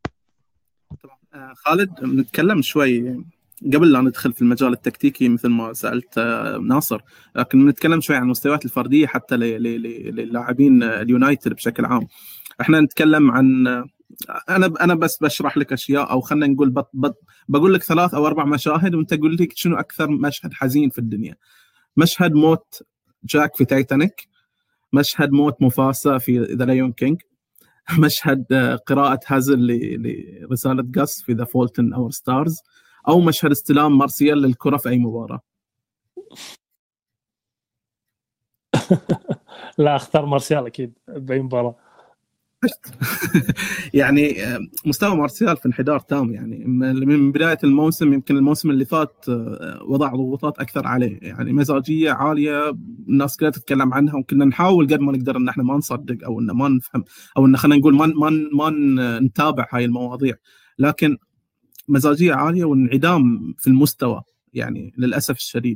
خالد، نتكلم شوي قبل لا ندخل في المجال التكتيكي مثل ما سألت ناصر، لكن نتكلم شوي عن المستويات الفردية حتى للاعبين اليونايتد بشكل عام. احنا نتكلم عن انا بس بشرح لك اشياء، او خلينا نقول بقول لك 3 أو 4 مشاهد وانت قول لي شنو اكثر مشهد حزين في الدنيا. مشهد موت جاك في تايتانيك، مشهد موت موفاسا في ذا لايون كينج، مشهد قراءة هازل لرسالة غاس في ذا فولت إن اور ستارز، أو مشهد استلام مارسيال للكرة في أي مباراة. لا اختار مارسيال أكيد بأي مباراة. يعني مستوى مارسيال في انحدار تام، يعني من بداية الموسم، يمكن الموسم اللي فات وضع ضغوطات أكثر عليه، يعني مزاجية عالية الناس كلها تتكلم عنها، وكنا نحاول قد ما نقدر إن احنا ما نصدق أو إن ما نفهم أو إن خلينا نقول ما نتابع هاي المواضيع، لكن مزاجية عالية وانعدام في المستوى يعني للأسف الشديد.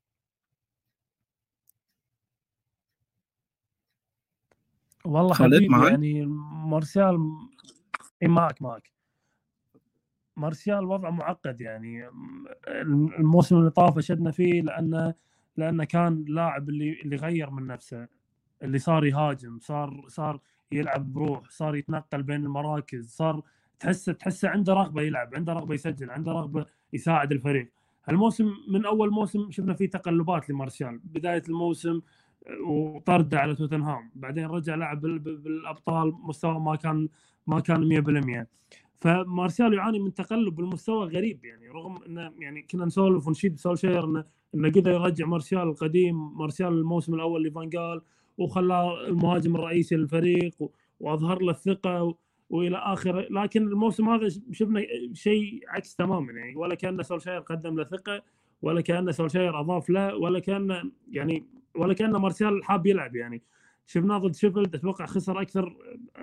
والله حبيبي يعني مارسيال معك مارسيال وضع معقد. يعني الموسم اللي طاف شدنا فيه لأنه كان لاعب اللي غير من نفسه، اللي صار يهاجم، صار يلعب بروح، صار يتنقل بين المراكز، صار تحس عنده رغبة يلعب، عنده رغبة يسجل، عنده رغبة يساعد الفريق. هالموسم من أول موسم شفنا فيه تقلبات لمارسيال، بداية الموسم وطرد على توتنهام، بعدين رجع لعب بالأبطال مستوى ما كان 100%. فمارسيال يعاني من تقلب بالمستوى غريب يعني، رغم انه يعني كنا نسولف ونشيد سولشاير انه قدر يرجع مارسيال القديم، مارسيال الموسم الاول لفانغال وخلاه المهاجم الرئيسي للفريق واظهر له الثقه والى اخره، لكن الموسم هذا شفنا شيء عكس تماما يعني، ولا كان سولشاير قدم له ثقه، ولا كان سولشاير اضاف له، ولا كان مارسيال حاب يلعب يعني. شفناه ضد شيفيلد اتوقع خسر اكثر،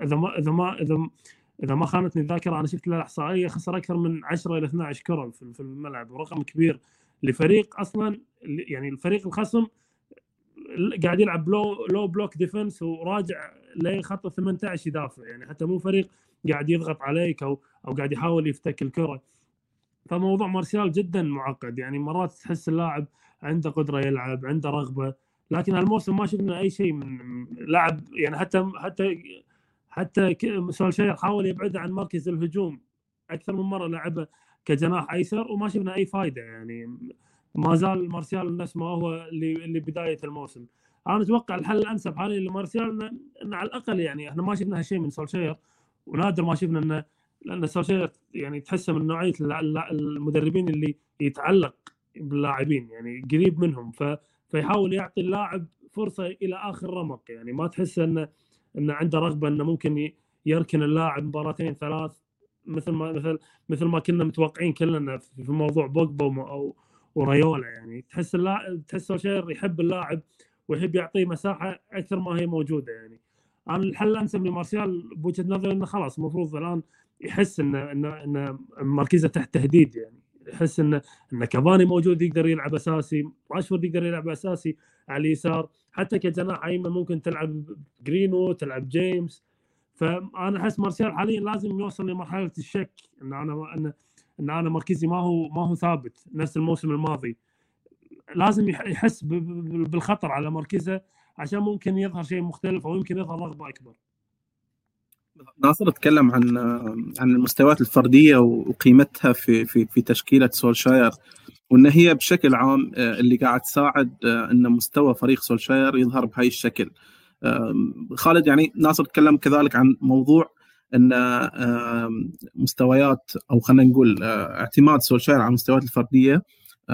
اذا ما خانتني الذاكره انا شفت له احصائيه، خسر اكثر من 10 الى 12 كره في الملعب، ورقم كبير لفريق اصلا يعني الفريق الخصم قاعد يلعب لو بلوك ديفنس وراجع لخط 18 يدافع يعني، حتى مو فريق قاعد يضغط عليك او قاعد يحاول يفتك الكره. فموضوع مارسيال جدا معقد يعني، مرات تحس اللاعب عنده قدره يلعب، عنده رغبه، لكن هالموسم ما شفنا اي شيء من لاعب يعني. حتى سولشاير حاول يبعد عن مركز الهجوم اكثر من مره، لعبه كجناح ايسر وما شفنا اي فائده يعني. ما زال مارسيال نفس ما هو اللي بدايه الموسم. انا اتوقع الحل الانسب حاليا لمارسيال إن على الاقل يعني احنا ما شفنا هالشيء من سولشاير، ونادر ما شفنا انه، لان سولشاير يعني تحسه من نوعيه المدربين اللي يتعلق باللاعبين يعني، قريب منهم، فيحاول يعطي اللاعب فرصه الى اخر رمق يعني، ما تحس انه عنده رغبه انه ممكن يركن اللاعب مباراتين ثلاث مثل ما كنا متوقعين كلنا في موضوع بوجبا او وريولا يعني. تحس سولشاير يحب اللاعب ويحب يعطيه مساحه اكثر ما هي موجوده يعني. انا الحل الانسب لمارسيال بوجهه نظري انه خلاص المفروض الان يحس ان مركزه تحت تهديد يعني، يحس ان كافاني موجود يقدر يلعب اساسي، راشفورد يقدر يلعب اساسي على اليسار، حتى كجناح ايمن ممكن تلعب جرينو، تلعب جيمس. فانا احس مارسيال حاليا لازم يوصل لمرحله الشك ان انا مركزي ما هو ثابت نفس الموسم الماضي، لازم يحس بالخطر على مركزه عشان ممكن يظهر شيء مختلف او يمكن يظهر رغبه اكبر. ناصر تكلم عن المستويات الفرديه وقيمتها في تشكيله سولشاير، وان هي بشكل عام اللي قاعد تساعد ان مستوى فريق سولشاير يظهر بهاي الشكل. خالد يعني ناصر تكلم كذلك عن موضوع ان مستويات او خلينا نقول اعتماد سولشاير على المستويات الفرديه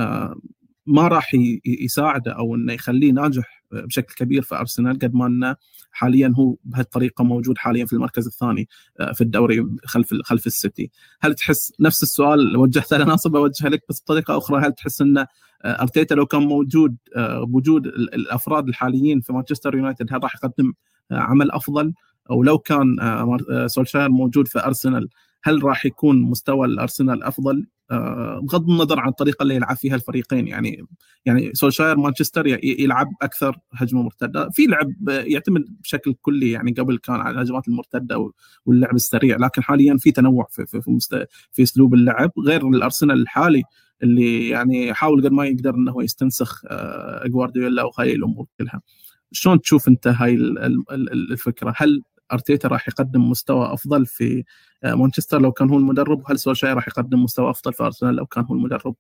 ما راح يساعده او انه يخليه ناجح بشكل كبير في ارسنال، قد ما انه حاليا هو بهالطريقه موجود حاليا في المركز الثاني في الدوري خلف السيتي. هل تحس نفس السؤال وجهته لناصر بوجهه لك بس بطريقه اخرى، هل تحس ان ارتيتا لو كان موجود بوجود الافراد الحاليين في مانشستر يونايتد هل راح يقدم عمل افضل؟ او لو كان سولشاير موجود في ارسنال هل راح يكون مستوى الارسنال افضل؟ بغض النظر عن الطريقه اللي يلعب فيها الفريقين يعني سولشاير مانشستر يلعب اكثر هجمه مرتده، في لعب يعتمد بشكل كلي يعني، قبل كان على الهجمات المرتده واللعب السريع، لكن حاليا في تنوع في اسلوب اللعب غير الارسنال الحالي اللي يعني حاول قد ما يقدر انه يستنسخ جوارديولا وهاي الامور كلها. شلون تشوف انت هاي الفكره؟ هل ارتيتا راح يقدم مستوى افضل في مانشستر لو كان هو المدرب؟ هل سولشاير راح يقدم مستوى افضل في ارسنال لو كان هو المدرب؟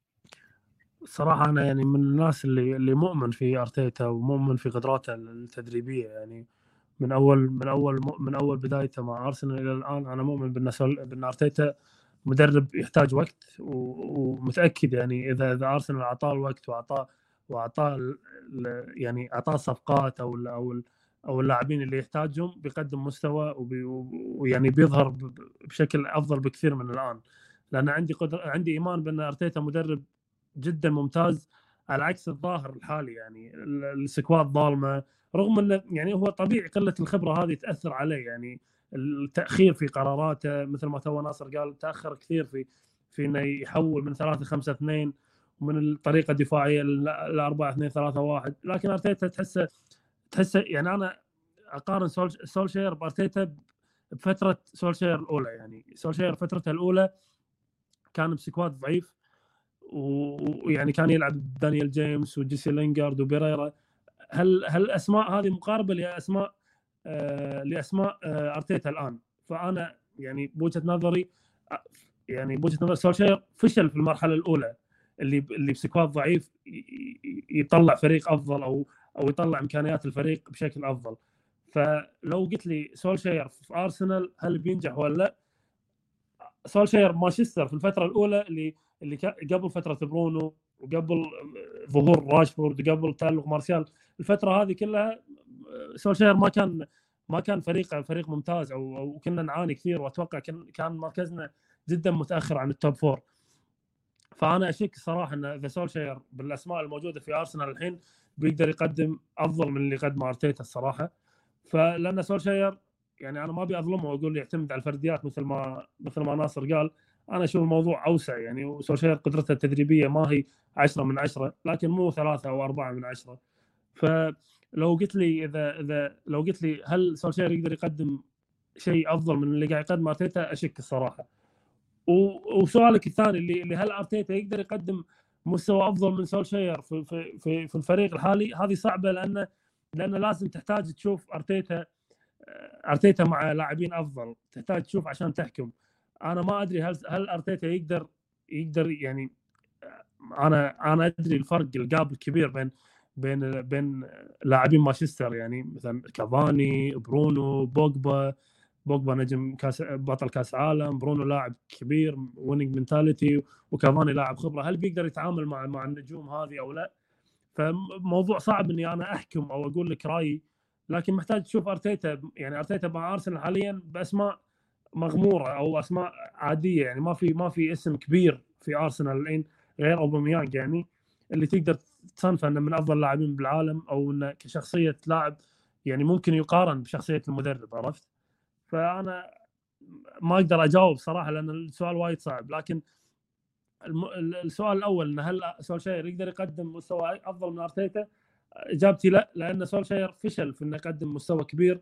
صراحه انا يعني من الناس اللي مؤمن في ارتيتا ومؤمن في قدراته التدريبيه يعني، من اول بدايته مع ارسنال الى الان انا مؤمن بان ارتيتا مدرب يحتاج وقت، ومتاكد يعني اذا ارسنال اعطاه الوقت واعطاه يعني اعطاه صفقات او اللاعبين اللي يحتاجهم بيقدم مستوى ويعني بيظهر بشكل افضل بكثير من الان. لان عندي ايمان بان ارتيتا مدرب جدا ممتاز على عكس الظاهر الحالي يعني. السكواد ظالمه، رغم انه يعني هو طبيعي قله الخبره هذه تاثر عليه يعني، التاخير في قراراته مثل ما تو ناصر قال، تاخر كثير في انه يحول من 3-5-2 ومن الطريقه الدفاعيه ل 4-2-3-1. لكن ارتيتا تحسه يعني، انا اقارن سولشاير بارتيتا بفتره سولشاير الاولى يعني. سولشاير فترته الاولى كان بسكواد ضعيف، ويعني كان يلعب دانيال جيمس وجيسي لينغارد وبيريرا. هل الاسماء هذه مقاربه لاسماء ارتيتا الان؟ فانا يعني بوجهه نظري سولشاير فشل في المرحله الاولى اللي بسكواد ضعيف يطلع فريق افضل او يطلع امكانيات الفريق بشكل افضل. فلو قلت لي سولشاير في ارسنال هل بينجح ولا لا، سولشاير مانشستر في الفتره الاولى اللي قبل فتره برونو وقبل ظهور راشفورد وقبل تألق مارسيال، الفتره هذه كلها سولشاير ما كان فريق ممتاز، او كنا نعاني كثير، واتوقع كان مركزنا جدا متاخر عن التوب فور. فانا اشك صراحه ان اذا سولشاير بالاسماء الموجوده في ارسنال الحين بيقدر يقدم افضل من اللي قدمه ارتيتا الصراحه. فلان سولشاير يعني انا ما ابي اظلمه واقول يعتمد على الفرديات مثل ما ناصر قال. انا اشوف الموضوع اوسع يعني، وسولشاير قدرته التدريبيه ما هي 10 من 10 لكن مو 3 أو 4 من 10. فلو قلت لي لو قلت لي هل سولشاير يقدر يقدم شيء افضل من اللي قاعد يقدم ارتيتا، اشك الصراحه. وسؤالك الثاني اللي هل ارتيتا يقدر يقدم مستوى افضل من سولشاير في الفريق الحالي، هذه صعبه لان لازم تحتاج تشوف ارتيتا مع لاعبين افضل، تحتاج تشوف عشان تحكم. انا ما ادري هل ارتيتا يقدر يعني. انا ادري الفرق الجاب الكبير بين لاعبين مانشستر، يعني مثلا كافاني، برونو، بوجبا نجم بطل كاس عالم، برونو لاعب كبير ويننج منتاليتي، وكافاني لاعب خبره. هل بيقدر يتعامل مع النجوم هذه او لا؟ فموضوع صعب اني انا احكم او اقول لك رايي، لكن محتاج تشوف ارتيتا. يعني ارتيتا مع ارسنال حاليا باسماء مغموره او اسماء عاديه، يعني ما في اسم كبير في ارسنال الحين غير اوباميانج، يعني اللي تقدر تصنفه انه من افضل اللاعبين بالعالم، او انه كشخصيه لاعب يعني ممكن يقارن بشخصيه المدرب، عرفت؟ فانا ما اقدر اجاوب صراحه لان السؤال وايد صعب. لكن السؤال الاول ان هل سولشاير يقدر يقدم مستوى افضل من ارتيتا، اجابتي لا، لان سولشاير فشل في انه يقدم مستوى كبير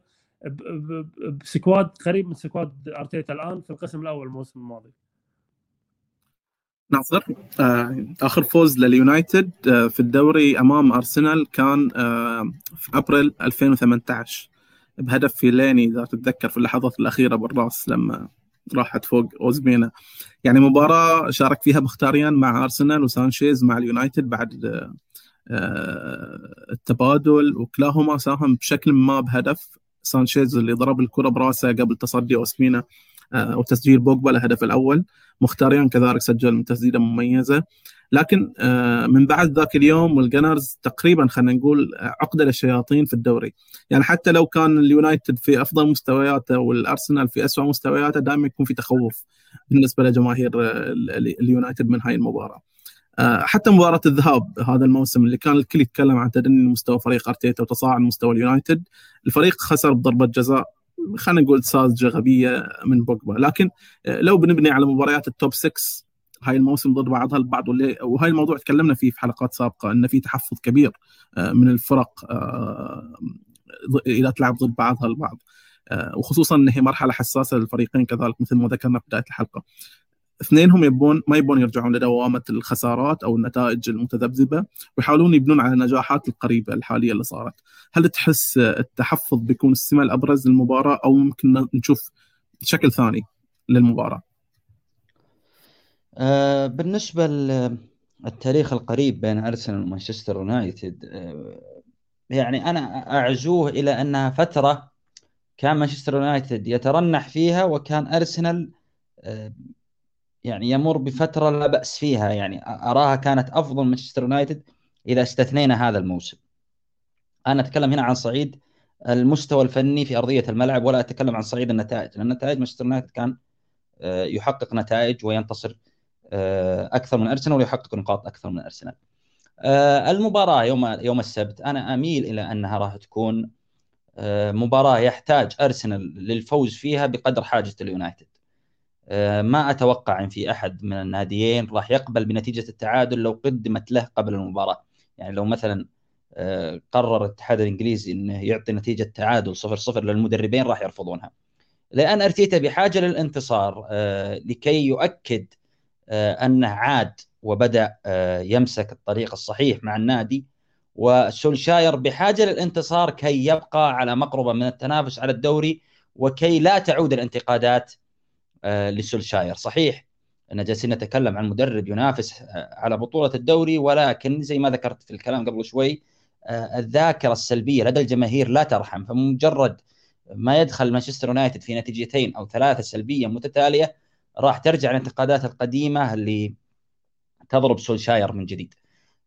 بسكواد قريب من سكواد ارتيتا الان في القسم الاول الموسم الماضي. ناصر، آخر فوز لليونايتد في الدوري أمام أرسنال كان في أبريل 2018 بهدف فيليني إذا تتذكر في اللحظات الأخيرة بالراس لما راحت فوق أوزبينا. يعني مباراة شارك فيها مختاريان مع أرسنال وسانشيز مع اليونايتد بعد التبادل، وكلاهما ساهم بشكل ما بهدف. سانشيز اللي ضرب الكرة براسه قبل تصدي أوزبينا وتسجيل بوجبا الهدف الأول. مختاريان كذلك سجل من تسديدة مميزة. لكن من بعد ذاك اليوم والجنرز تقريبا خلينا نقول عقدة للشياطين في الدوري. يعني حتى لو كان اليونايتد في أفضل مستوياته والأرسنال في أسوأ مستوياته دائما يكون في تخوف بالنسبة لجماهير اليونايتد من هاي المباراة. حتى مباراة الذهاب هذا الموسم اللي كان الكل يتكلم عن تدني مستوى فريق أرتيتا وتصاعد مستوى اليونايتد، الفريق خسر بضربة جزاء خلينا نقول ساذجة غبية من بوجبا. لكن لو بنبني على مباريات التوب 6 هاي الموسم ضد بعضها البعض، وهاي الموضوع تكلمنا فيه في حلقات سابقة أن في تحفظ كبير من الفرق إذا تلعب ضد بعضها البعض، وخصوصا أن هي مرحلة حساسة للفريقين كذلك مثل ما ذكرنا في بداية الحلقة. اثنينهم ما يبون يرجعون لدوامة الخسارات أو النتائج المتذبذبة، ويحاولون يبنون على النجاحات القريبة الحالية اللي صارت. هل تحس التحفظ بيكون السمة الأبرز للمباراة أو ممكن نشوف شكل ثاني للمباراة؟ بالنسبة للتاريخ القريب بين أرسنال ومانشستر يونايتد، يعني أنا أعزوه إلى أنها فترة كان مانشستر يونايتد يترنح فيها، وكان أرسنال يعني يمر بفترة لا بأس فيها. يعني أراها كانت أفضل مانشستر يونايتد إذا استثنينا هذا الموسم. أنا أتكلم هنا عن صعيد المستوى الفني في أرضية الملعب، ولا أتكلم عن صعيد النتائج، لأن نتائج مانشستر يونايتد كان يحقق نتائج وينتصر أكثر من أرسنال ويحقق نقاط أكثر من أرسنال. المباراة يوم السبت أنا أميل إلى أنها راح تكون مباراة يحتاج أرسنال للفوز فيها بقدر حاجة اليونايتد. ما أتوقع أن في أحد من الناديين راح يقبل بنتيجة التعادل لو قدمت له قبل المباراة. يعني لو مثلا قرر الاتحاد الإنجليزي أنه يعطي نتيجة تعادل 0-0 للمدربين راح يرفضونها، لأن أرتيتا بحاجة للانتصار لكي يؤكد أنه عاد وبدأ يمسك الطريق الصحيح مع النادي، وسولشاير بحاجة للانتصار كي يبقى على مقربة من التنافس على الدوري وكي لا تعود الانتقادات لسولشاير. صحيح أن جالسين نتكلم عن مدرب ينافس على بطولة الدوري، ولكن زي ما ذكرت في الكلام قبل شوي الذاكرة السلبية لدى الجماهير لا ترحم. فمجرد ما يدخل مانشستر يونايتد في نتيجتين أو 3 سلبية متتالية راح ترجع الانتقادات القديمة اللي تضرب سولشاير من جديد.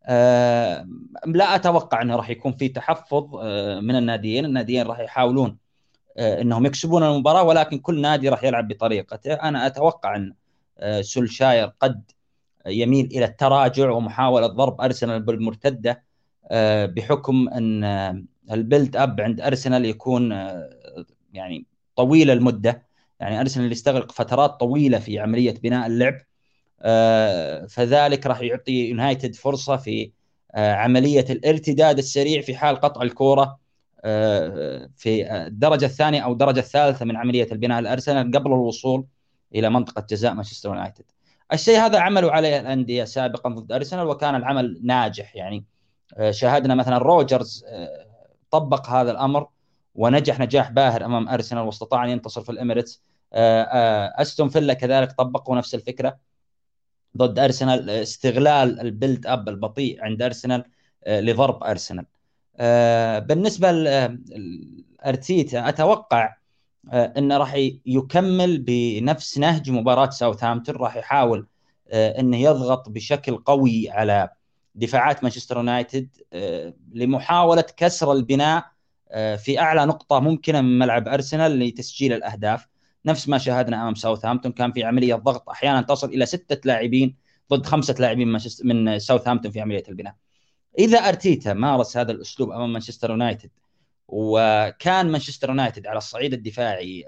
لا أتوقع أنه راح يكون في تحفظ من الناديين راح يحاولون أنهم يكسبون المباراة، ولكن كل نادي راح يلعب بطريقته. أنا أتوقع أن سولشاير قد يميل إلى التراجع ومحاولة ضرب أرسنال بالمرتدة، بحكم أن البيلد أب عند أرسنال يكون يعني طويل المدة، يعني أرسنال يستغرق فترات طويلة في عملية بناء اللعب، فذلك راح يعطي يونايتد فرصة في عملية الارتداد السريع في حال قطع الكرة في الدرجة الثانية أو الدرجة الثالثة من عملية البناء الأرسنال قبل الوصول إلى منطقة جزاء مانشستر يونايتد. الشيء هذا عملوا عليه الأندية سابقا ضد أرسنال وكان العمل ناجح. يعني شاهدنا مثلا روجرز طبق هذا الأمر ونجح نجاح باهر أمام أرسنال واستطاع أن ينتصر في الإميريتس. أستون فيلا كذلك طبقوا نفس الفكرة ضد أرسنال، استغلال البيلد أب البطيء عند أرسنال لضرب أرسنال. بالنسبة لأرتيتا أتوقع أنه راح يكمل بنفس نهج مباراة ساوثهامبتون، راح يحاول أنه يضغط بشكل قوي على دفاعات مانشستر يونايتد لمحاولة كسر البناء في أعلى نقطة ممكنة من ملعب أرسنال لتسجيل الأهداف، نفس ما شاهدنا أمام ساوثهامبتون. كان في عملية ضغط أحيانا تصل إلى 6 لاعبين ضد 5 لاعبين من ساوثهامبتون في عملية البناء. إذا أرتيتا مارس هذا الأسلوب أمام مانشستر يونايتد وكان مانشستر يونايتد على الصعيد الدفاعي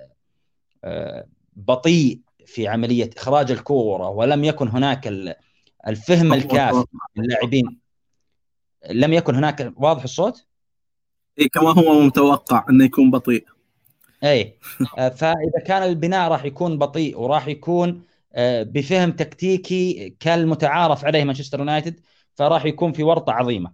بطيء في عملية إخراج الكرة ولم يكن هناك الفهم الكافي للاعبين، لم يكن هناك، واضح الصوت؟ إيه كما هو متوقع أنه يكون بطيء. أي فإذا كان البناء راح يكون بطيء وراح يكون بفهم تكتيكي كالمتعارف عليه مانشستر يونايتد، فراح يكون في ورطة عظيمة.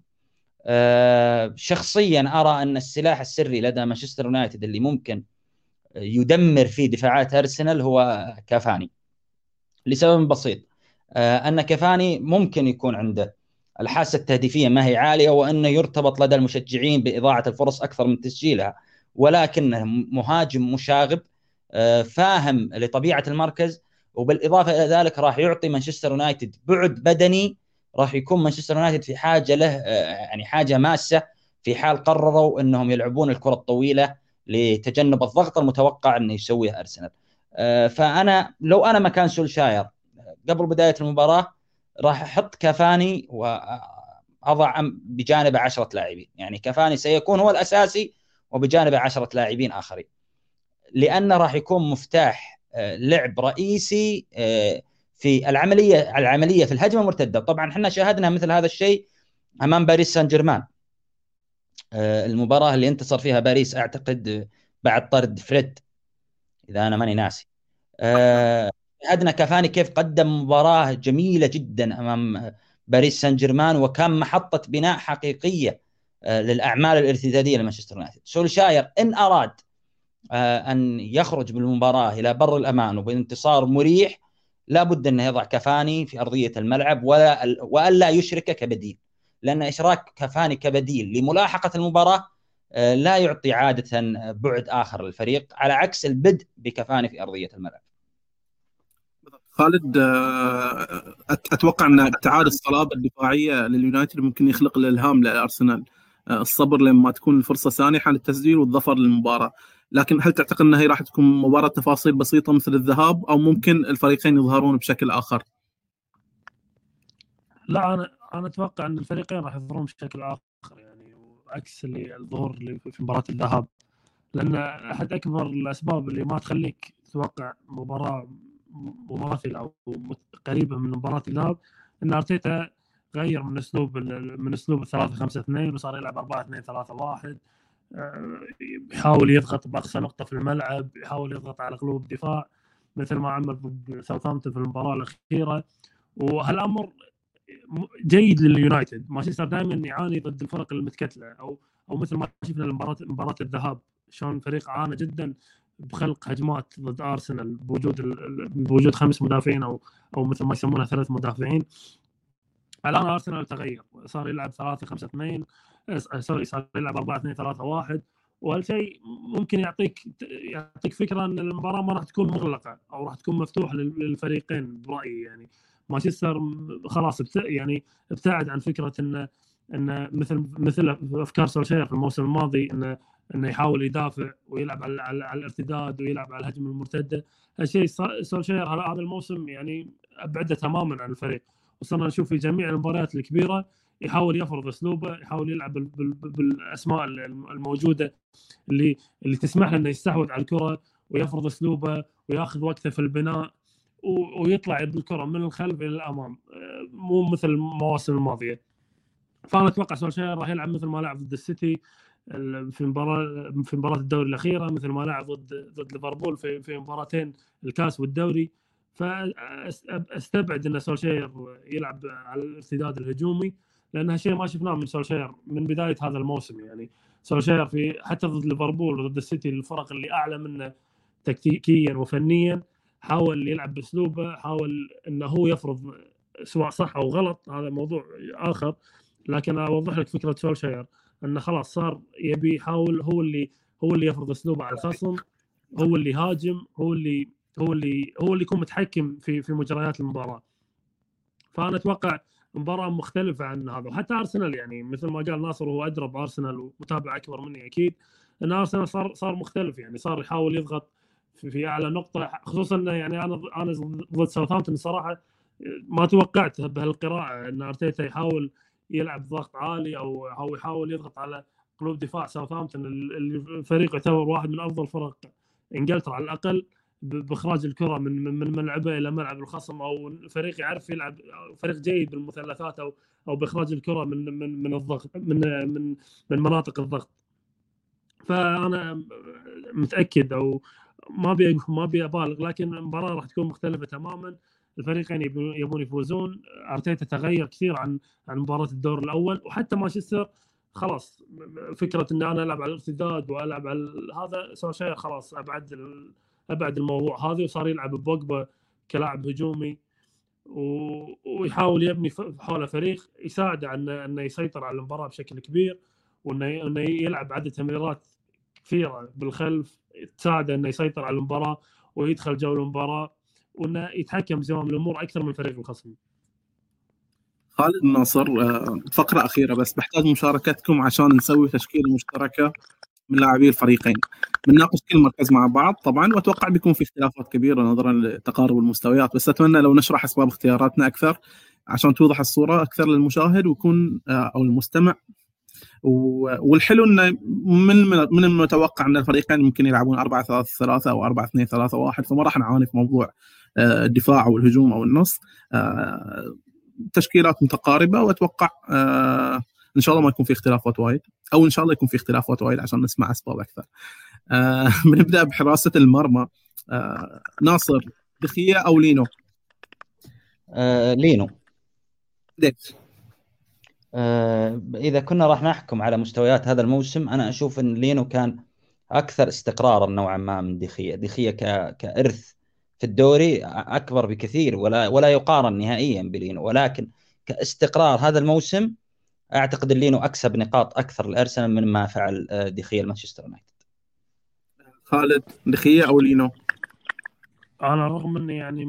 شخصيا أرى أن السلاح السري لدى مانشستر يونايتد اللي ممكن يدمر فيه دفاعات أرسنال هو كافاني، لسبب بسيط، أن كافاني ممكن يكون عنده الحاسة التهديفية ما هي عالية، وأنه يرتبط لدى المشجعين بإضاعة الفرص أكثر من تسجيلها، ولكنه مهاجم مشاغب فاهم لطبيعة المركز، وبالإضافة إلى ذلك راح يعطي مانشستر يونايتد بعد بدني راح يكون مانشستر يونايتد في حاجة له، يعني حاجة ماسة في حال قرروا أنهم يلعبون الكرة الطويلة لتجنب الضغط المتوقع أنه يسويه أرسنال. فأنا لو أنا مكان سولشاير قبل بداية المباراة راح أحط كافاني وأضع بجانب 10 لاعبين، يعني كافاني سيكون هو الأساسي وبجانب 10 لاعبين آخرين، لأنه راح يكون مفتاح لعب رئيسي في العملية في الهجمة المرتدة. طبعا احنا شاهدنا مثل هذا الشيء أمام باريس سان جيرمان، المباراة اللي انتصر فيها باريس أعتقد بعد طرد فريد إذا أنا ماني ناسي. شاهدنا كافاني كيف قدم مباراة جميلة جدا أمام باريس سان جيرمان، وكان محطة بناء حقيقية للأعمال الارتدادية لمانشستر يونايتد. سولشاير إن أراد أن يخرج بالمباراة إلى بر الأمان وبانتصار مريح لابد أن يضع كافاني في أرضية الملعب وألا يشركه كبديل، لأن إشراك كافاني كبديل لملاحقة المباراة لا يعطي عادة بعد آخر للفريق، على عكس البدء بكافاني في أرضية الملعب. خالد، أتوقع أن ابتعاد الصلابة الدفاعية لليونايتد ممكن يخلق الإلهام لأرسنال، الصبر لما تكون الفرصة سانحة للتسجيل والظفر للمباراة. لكن هل تعتقد أنها هي راح تكون مباراة تفاصيل بسيطة مثل الذهاب، أو ممكن الفريقين يظهرون بشكل آخر؟ لا، أنا أتوقع أن الفريقين راح يظهرون بشكل آخر، يعني عكس الظهور اللي في مباراة الذهاب، لأن أحد أكبر الأسباب اللي ما تخليك تتوقع مباراة مماثلة أو قريبة من مباراة الذهاب إن أرتيتا غير من أسلوب 3-5-2 وصار يلعب 4-2-3-1، يحاول يضغط بأقصى نقطة في الملعب، يحاول يضغط على قلوب الدفاع مثل ما عمل ضد ساوثهامبتون في المباراة الأخيرة. وهالأمر جيد لليونايتد. مانشستر دائما يعاني ضد الفرق المتكتلة، أو مثل ما شفنا مباراة الذهاب شلون فريق عانى جدا بخلق هجمات ضد أرسنال بوجود 5 مدافعين أو مثل ما يسمونها 3 مدافعين. الآن أرسنال تغير، صار يلعب 3-5-2، صار يلعب 4-2-3-1، وهالشيء ممكن يعطيك فكره ان المباراه ما راح تكون مغلقه او راح تكون مفتوحه للفريقين برايي. يعني مانشستر خلاص يعني ابتعد عن فكره ان مثل افكار سولشاير في الموسم الماضي انه يحاول يدافع ويلعب على الارتداد ويلعب على الهجمه المرتده. هالشيء سولشاير هذا الموسم يعني ابعده تماما عن الفريق، وصرنا نشوف في جميع المباريات الكبيره يحاول يفرض اسلوبه، يحاول يلعب بالاسماء الموجوده اللي تسمح له انه يستحوذ على الكره ويفرض اسلوبه وياخذ وقته في البناء ويطلع بالكره من الخلف الى الامام، مو مثل المواسم الماضيه. فانا اتوقع سولشاير راح يلعب مثل ما لعب ضد السيتي في مباراه الدوري الاخيره، مثل ما لعب ضد ليفربول في مباراتين الكاس والدوري. فاستبعد ان سولشاير يلعب على الارتداد الهجومي، لان شيء ما شفناه من سولشاير من بدايه هذا الموسم. يعني سولشاير في حتى ضد ليفربول وضد السيتي، الفرق اللي اعلى منه تكتيكيا وفنيا، حاول يلعب باسلوبه، حاول انه هو يفرض سواء صح او غلط، هذا موضوع اخر. لكن اوضح لك فكره سولشاير انه خلاص صار يبي يحاول هو اللي يفرض اسلوبه على الخصم، هو اللي يهاجم، هو اللي يكون متحكم في مجريات المباراه. فانا اتوقع مباراه مختلفه عن هذا. وحتى ارسنال يعني مثل ما قال ناصر، هو ادرى بارسنال ومتابع اكبر مني اكيد، ان ارسنال صار مختلف. يعني صار يحاول يضغط في اعلى نقطه، خصوصا انه يعني انا ضد ساوثهامبتون صراحه ما توقعت بهالقراءه ان ارتيتا يحاول يلعب ضغط عالي او يحاول يضغط على قلوب دفاع ساوثهامبتون، الفريق يعتبر واحد من افضل فرق انجلترا على الاقل باخراج الكره من ملعبه الى ملعب الخصم، او فريق يعرف يلعب، فريق جيد بالمثلثات او باخراج الكره من الضغط من مناطق الضغط. فانا متاكد او ما ابي ابالغ، لكن المباراه راح تكون مختلفه تماما. الفريقين يبون يفوزون. ارتيتا تغير كثير عن مباراه الدور الاول. وحتى مانشستر خلاص فكره ان انا العب على الارتداد والعب على هذا سولشاير خلاص ابعد الموضوع هذا، وصار يلعب بوجبا كلاعب هجومي ويحاول يبني حوله فريق يساعده انه يسيطر على المباراه بشكل كبير، وانه يلعب عدد تمريرات كثيره بالخلف تساعده انه يسيطر على المباراه ويدخل جو المباراه، وانه يتحكم بزمام الامور اكثر من فريق الخصم. خالد ناصر، فقره اخيره بس بحتاج مشاركتكم عشان نسوي تشكيله مشتركه من لاعبي الفريقين، بنناقش كل مركز مع بعض طبعا، واتوقع بيكون في اختلافات كبيره نظرا لتقارب المستويات، بس اتمنى لو نشرح اسباب اختياراتنا اكثر عشان توضح الصوره اكثر للمشاهد ويكون او المستمع. والحلو انه من المتوقع ان الفريقين ممكن يلعبون 4-3-3 او 4-2-3-1، فما راح نعاني في موضوع الدفاع او الهجوم او النص. تشكيلات متقاربه، واتوقع ان شاء الله ما يكون في اختلافات وايد، او ان شاء الله يكون في اختلافات وايد عشان نسمع اسباب اكثر. بنبدا بحراسه المرمى. ناصر، دخية او لينو؟ لينو. ليش؟ إذا كنا راح نحكم على مستويات هذا الموسم، أنا أشوف أن لينو كان أكثر استقرارا نوعا ما من دخية كإرث في الدوري أكبر بكثير، ولا يقارن نهائيا بلينو، ولكن كاستقرار هذا الموسم أعتقد لينو أكسب نقاط أكثر لأرسنال مما فعل دخية المانشستر يونايتد. خالد، دخية أو لينو؟ أنا رغم أني يعني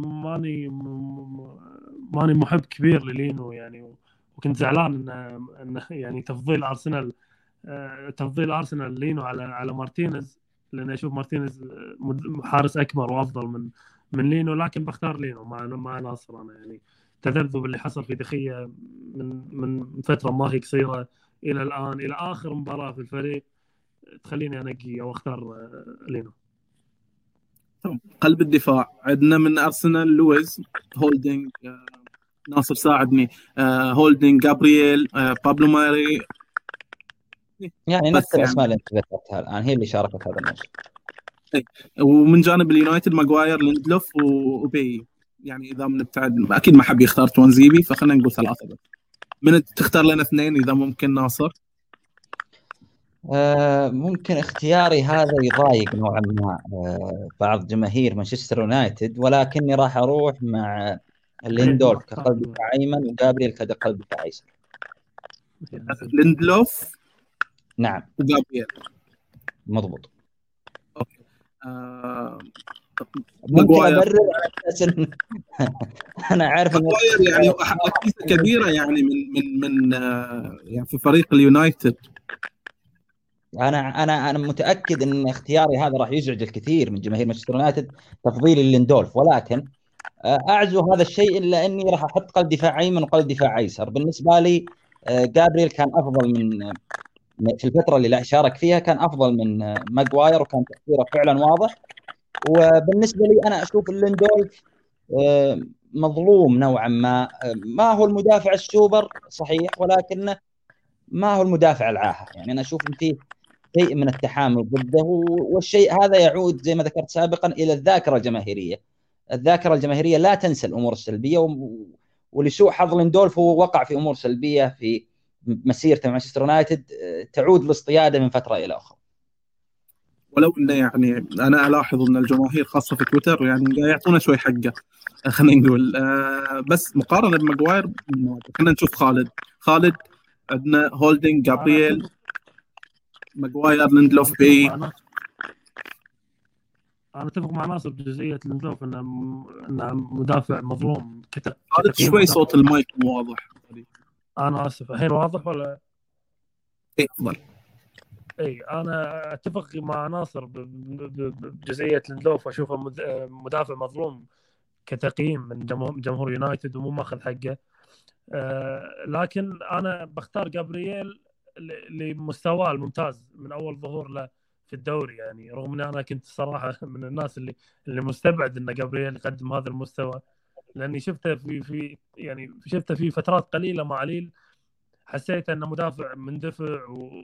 ماني محب كبير للينو يعني، وكنت زعلان ان يعني تفضيل ارسنال لينو على مارتينيز، لان اشوف مارتينيز حارس اكبر وافضل من لينو، لكن بختار لينو مع ناصر. انا يعني تذبذب اللي حصل في دخية من فتره ما هي قصيره الى الان، الى اخر مباراه في الفريق، تخليني انقي او اختار لينو. قلب الدفاع عندنا من ارسنال لويز، هولدينج، ناصر ساعدني، هولدينج، جابرييل، بابلو ماري، يعني نفس الاسماء اللي انت ذكرتها الان هي اللي شاركت هذا الموسم. ومن جانب اليونايتد ماغواير، ليندلوف وبي. يعني اذا بنبتعد اكيد ما حب يختار توانزيبي، فخلينا نقول ثلاثه بس. من تختار لنا اثنين اذا ممكن ناصر؟ ممكن اختياري هذا يضايق نوعا ما بعض جماهير مانشستر يونايتد، ولكني راح اروح مع ليندولف كقلب دفاع ايمن وجابرييل كقلب دفاع ايسر. ليندلوف نعم وجابرييل. مضبوط. اوكي. آه... ممكن ماجواير. ابرر على اساس انا عارف ان ماجواير يعني حديثة كبيرة يعني من يعني في فريق اليونايتد. انا متاكد ان اختياري هذا راح يزعج الكثير من جماهير مانشستر يونايتد، تفضيلي لليندولف، ولكن اعزو هذا الشيء الا اني راح احط قلب دفاع ايمن وقلب دفاع ايسر. بالنسبه لي جابرييل كان افضل في الفتره اللي شارك فيها، كان افضل من ماجواير، وكان تاثيره فعلا واضح. وبالنسبه لي انا اشوف الليندولف مظلوم نوعا ما. ما هو المدافع السوبر صحيح، ولكنه ما هو المدافع العاهه. يعني انا اشوف ان فيه شيء من التحامل ضده، والشيء هذا يعود زي ما ذكرت سابقا الى الذاكره الجماهيريه. الذاكره الجماهيريه لا تنسى الامور السلبيه، ولسوء حظ ليندولف هو وقع في امور سلبيه في مسيرته مع مانشستر يونايتد تعود لاصطياده من فتره الى اخرى. ولو انه يعني انا الاحظ ان الجماهير خاصه في تويتر يعني قاعد يعطونا شوي حقه، خلينا نقول بس مقارنه بماجواير. خلينا نشوف خالد. عندنا هولدنج، جابرييل، ماجواير، ليندلوف، بي. انا اتفق مع ناصر بجزئيه ليندلوف انه مدافع مظلوم. خالد شوي صوت المايك مو واضح. انا اسف، الحين واضح ولا؟ اي افضل. اي انا اتفق مع ناصر بجزئيه ليندلوف، واشوفه مدافع مظلوم كتقييم من جمهور يونايتد ومو ماخذ حقه. لكن انا بختار جابرييل لمستواه الممتاز من اول ظهور له في الدوري. يعني رغم ان انا كنت صراحه من الناس اللي مستبعد ان جابرييل يقدم هذا المستوى، لاني شفته يعني شفته في فترات قليله مع ليل، حسيت انه مدافع مندفع،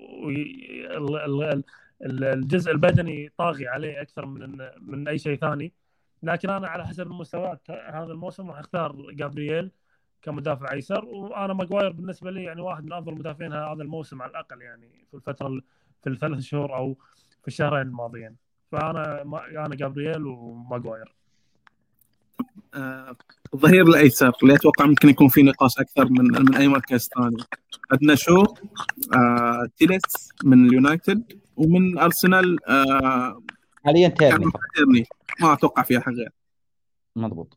والجزء البدني طاغي عليه اكثر من اي شيء ثاني. لكن انا على حسب المستويات هذا الموسم راح اختار جابرييل كمدافع ايسر. وانا ماجواير بالنسبه لي يعني واحد من افضل مدافعين هذا الموسم على الاقل، يعني في الثلاث شهور او في الشهرين الماضيين. فانا جابرييل وماجواير. الظهير الايسر اللي اتوقع ممكن يكون في نقاش اكثر من اي مركز ثاني. عندنا شو تيلس من اليونايتد، ومن ارسنال حاليا تيرني. ما اتوقع فيها حاجه. مضبوط.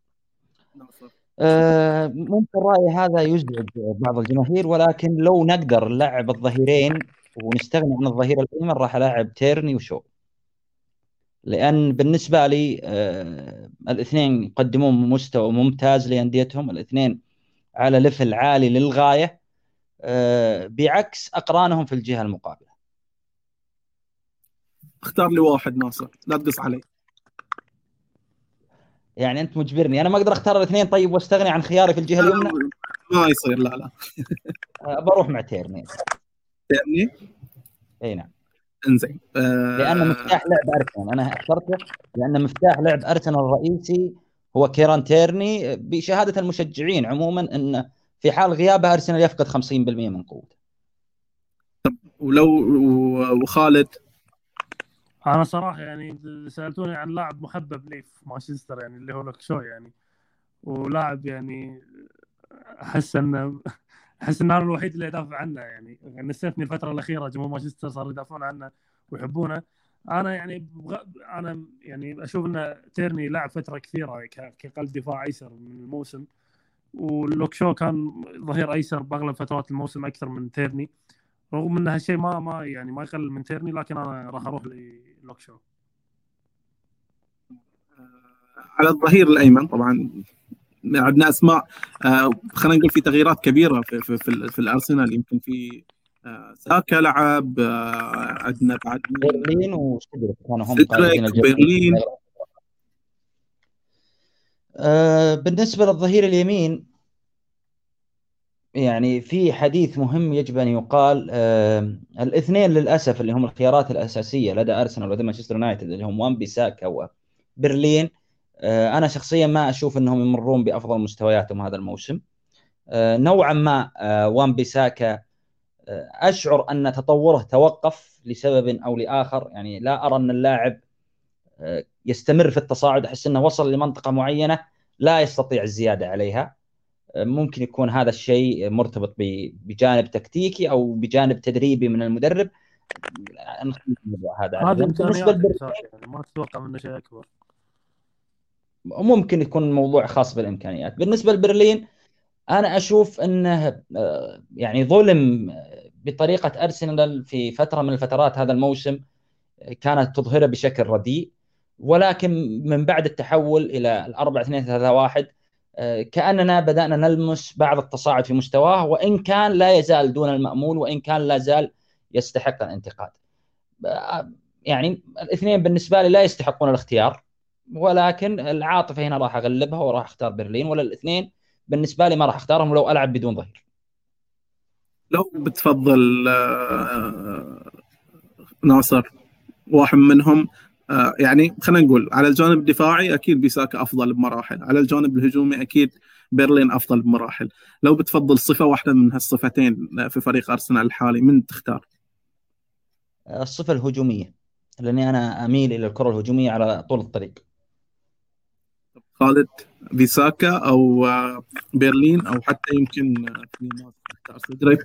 ممكن رأيي هذا يزعج بعض الجماهير، ولكن لو نقدر نلعب الظهيرين ونستغني عن الظهير الأيمن راح ألاعب تيرني وشو، لأن بالنسبة لي الاثنين يقدمون مستوى ممتاز لأنديتهم، الاثنين على ليفل عالي للغاية، بعكس أقرانهم في الجهة المقابلة. اختار لي واحد ناصر، لا تقص علي. يعني أنت مجبرني، أنا ما أقدر أختار الاثنين طيب واستغني عن خياري في الجهة اليمنى؟ ما يصير، لا. بروح مع تيرني. تيرني؟ اي نعم. انزين. لأن مفتاح لعب أرسنال، أنا اخترته لأن مفتاح لعب أرسنال الرئيسي هو كيران تيرني، بشهادة المشجعين عموما أن في حال غيابه أرسنال يفقد 50% من قوته. طب وخالد؟ انا صراحه يعني سالتوني عن لاعب محبب لي في مانشستر، يعني اللي هو لوك شو، يعني ولاعب يعني احس انه انا الوحيد اللي ادافع عنه. يعني نسيتني الفتره الاخيره جمهور مانشستر صاروا يدافعون عنه ويحبونه. انا يعني اشوف ان تيرني لعب فتره كثيره كقلب دفاع ايسر من الموسم، ولوك شو كان ظهير ايسر باغلب فترات الموسم اكثر من تيرني. رغم ان هالشيء ما يقلل من تيرني، لكن انا راح اروح للوك شو. على الظهير الايمن طبعا عندنا اسماء، خلينا نقول في تغييرات كبيره في الارسنال. يمكن في ساكا لعب، عندنا بعد برلين وسيدريك كانوا هم قائدين برلين. بالنسبه للظهير اليمين، يعني في حديث مهم يجب ان يقال. الاثنين للاسف اللي هم الخيارات الاساسيه لدى ارسنال ولدى مانشستر يونايتد اللي هم وان بيساكا وبرلين، انا شخصيا ما اشوف انهم يمرون بافضل مستوياتهم هذا الموسم. نوعا ما وان بيساكا اشعر ان تطوره توقف لسبب او لاخر. يعني لا ارى ان اللاعب يستمر في التصاعد، احس انه وصل لمنطقه معينه لا يستطيع الزياده عليها. ممكن يكون هذا الشيء مرتبط بجانب تكتيكي او بجانب تدريبي من المدرب، نخلي الموضوع هذا. هذه بالنسبه امكانيات لبرلين يعني ما تتوقع منه شيء اكبر. ممكن يكون موضوع خاص بالامكانيات. بالنسبه لبرلين انا اشوف انه يعني ظلم بطريقه ارسنال في فتره من الفترات هذا الموسم، كانت تظهره بشكل رديء، ولكن من بعد التحول الى 4-2-3-1 كاننا بدانا نلمس بعض التصاعد في مستواه، وان كان لا يزال دون المأمول، وان كان لا زال يستحق الانتقاد. يعني الاثنين بالنسبه لي لا يستحقون الاختيار، ولكن العاطفه هنا راح اغلبها وراح اختار برلين، ولا الاثنين بالنسبه لي ما راح اختارهم لو العب بدون ظهير. لو بتفضل ناصر واحد منهم، يعني خلينا نقول على الجانب الدفاعي اكيد بيساكا افضل بمراحل، على الجانب الهجومي اكيد برلين افضل بمراحل. لو بتفضل صفه واحده من هالصفتين في فريق ارسنال الحالي، من تختار؟ الصفه الهجوميه، لاني انا اميل الى الكره الهجوميه على طول الطريق. خالد، بيساكا او برلين، او حتى يمكن في ناس تختار سيدريك؟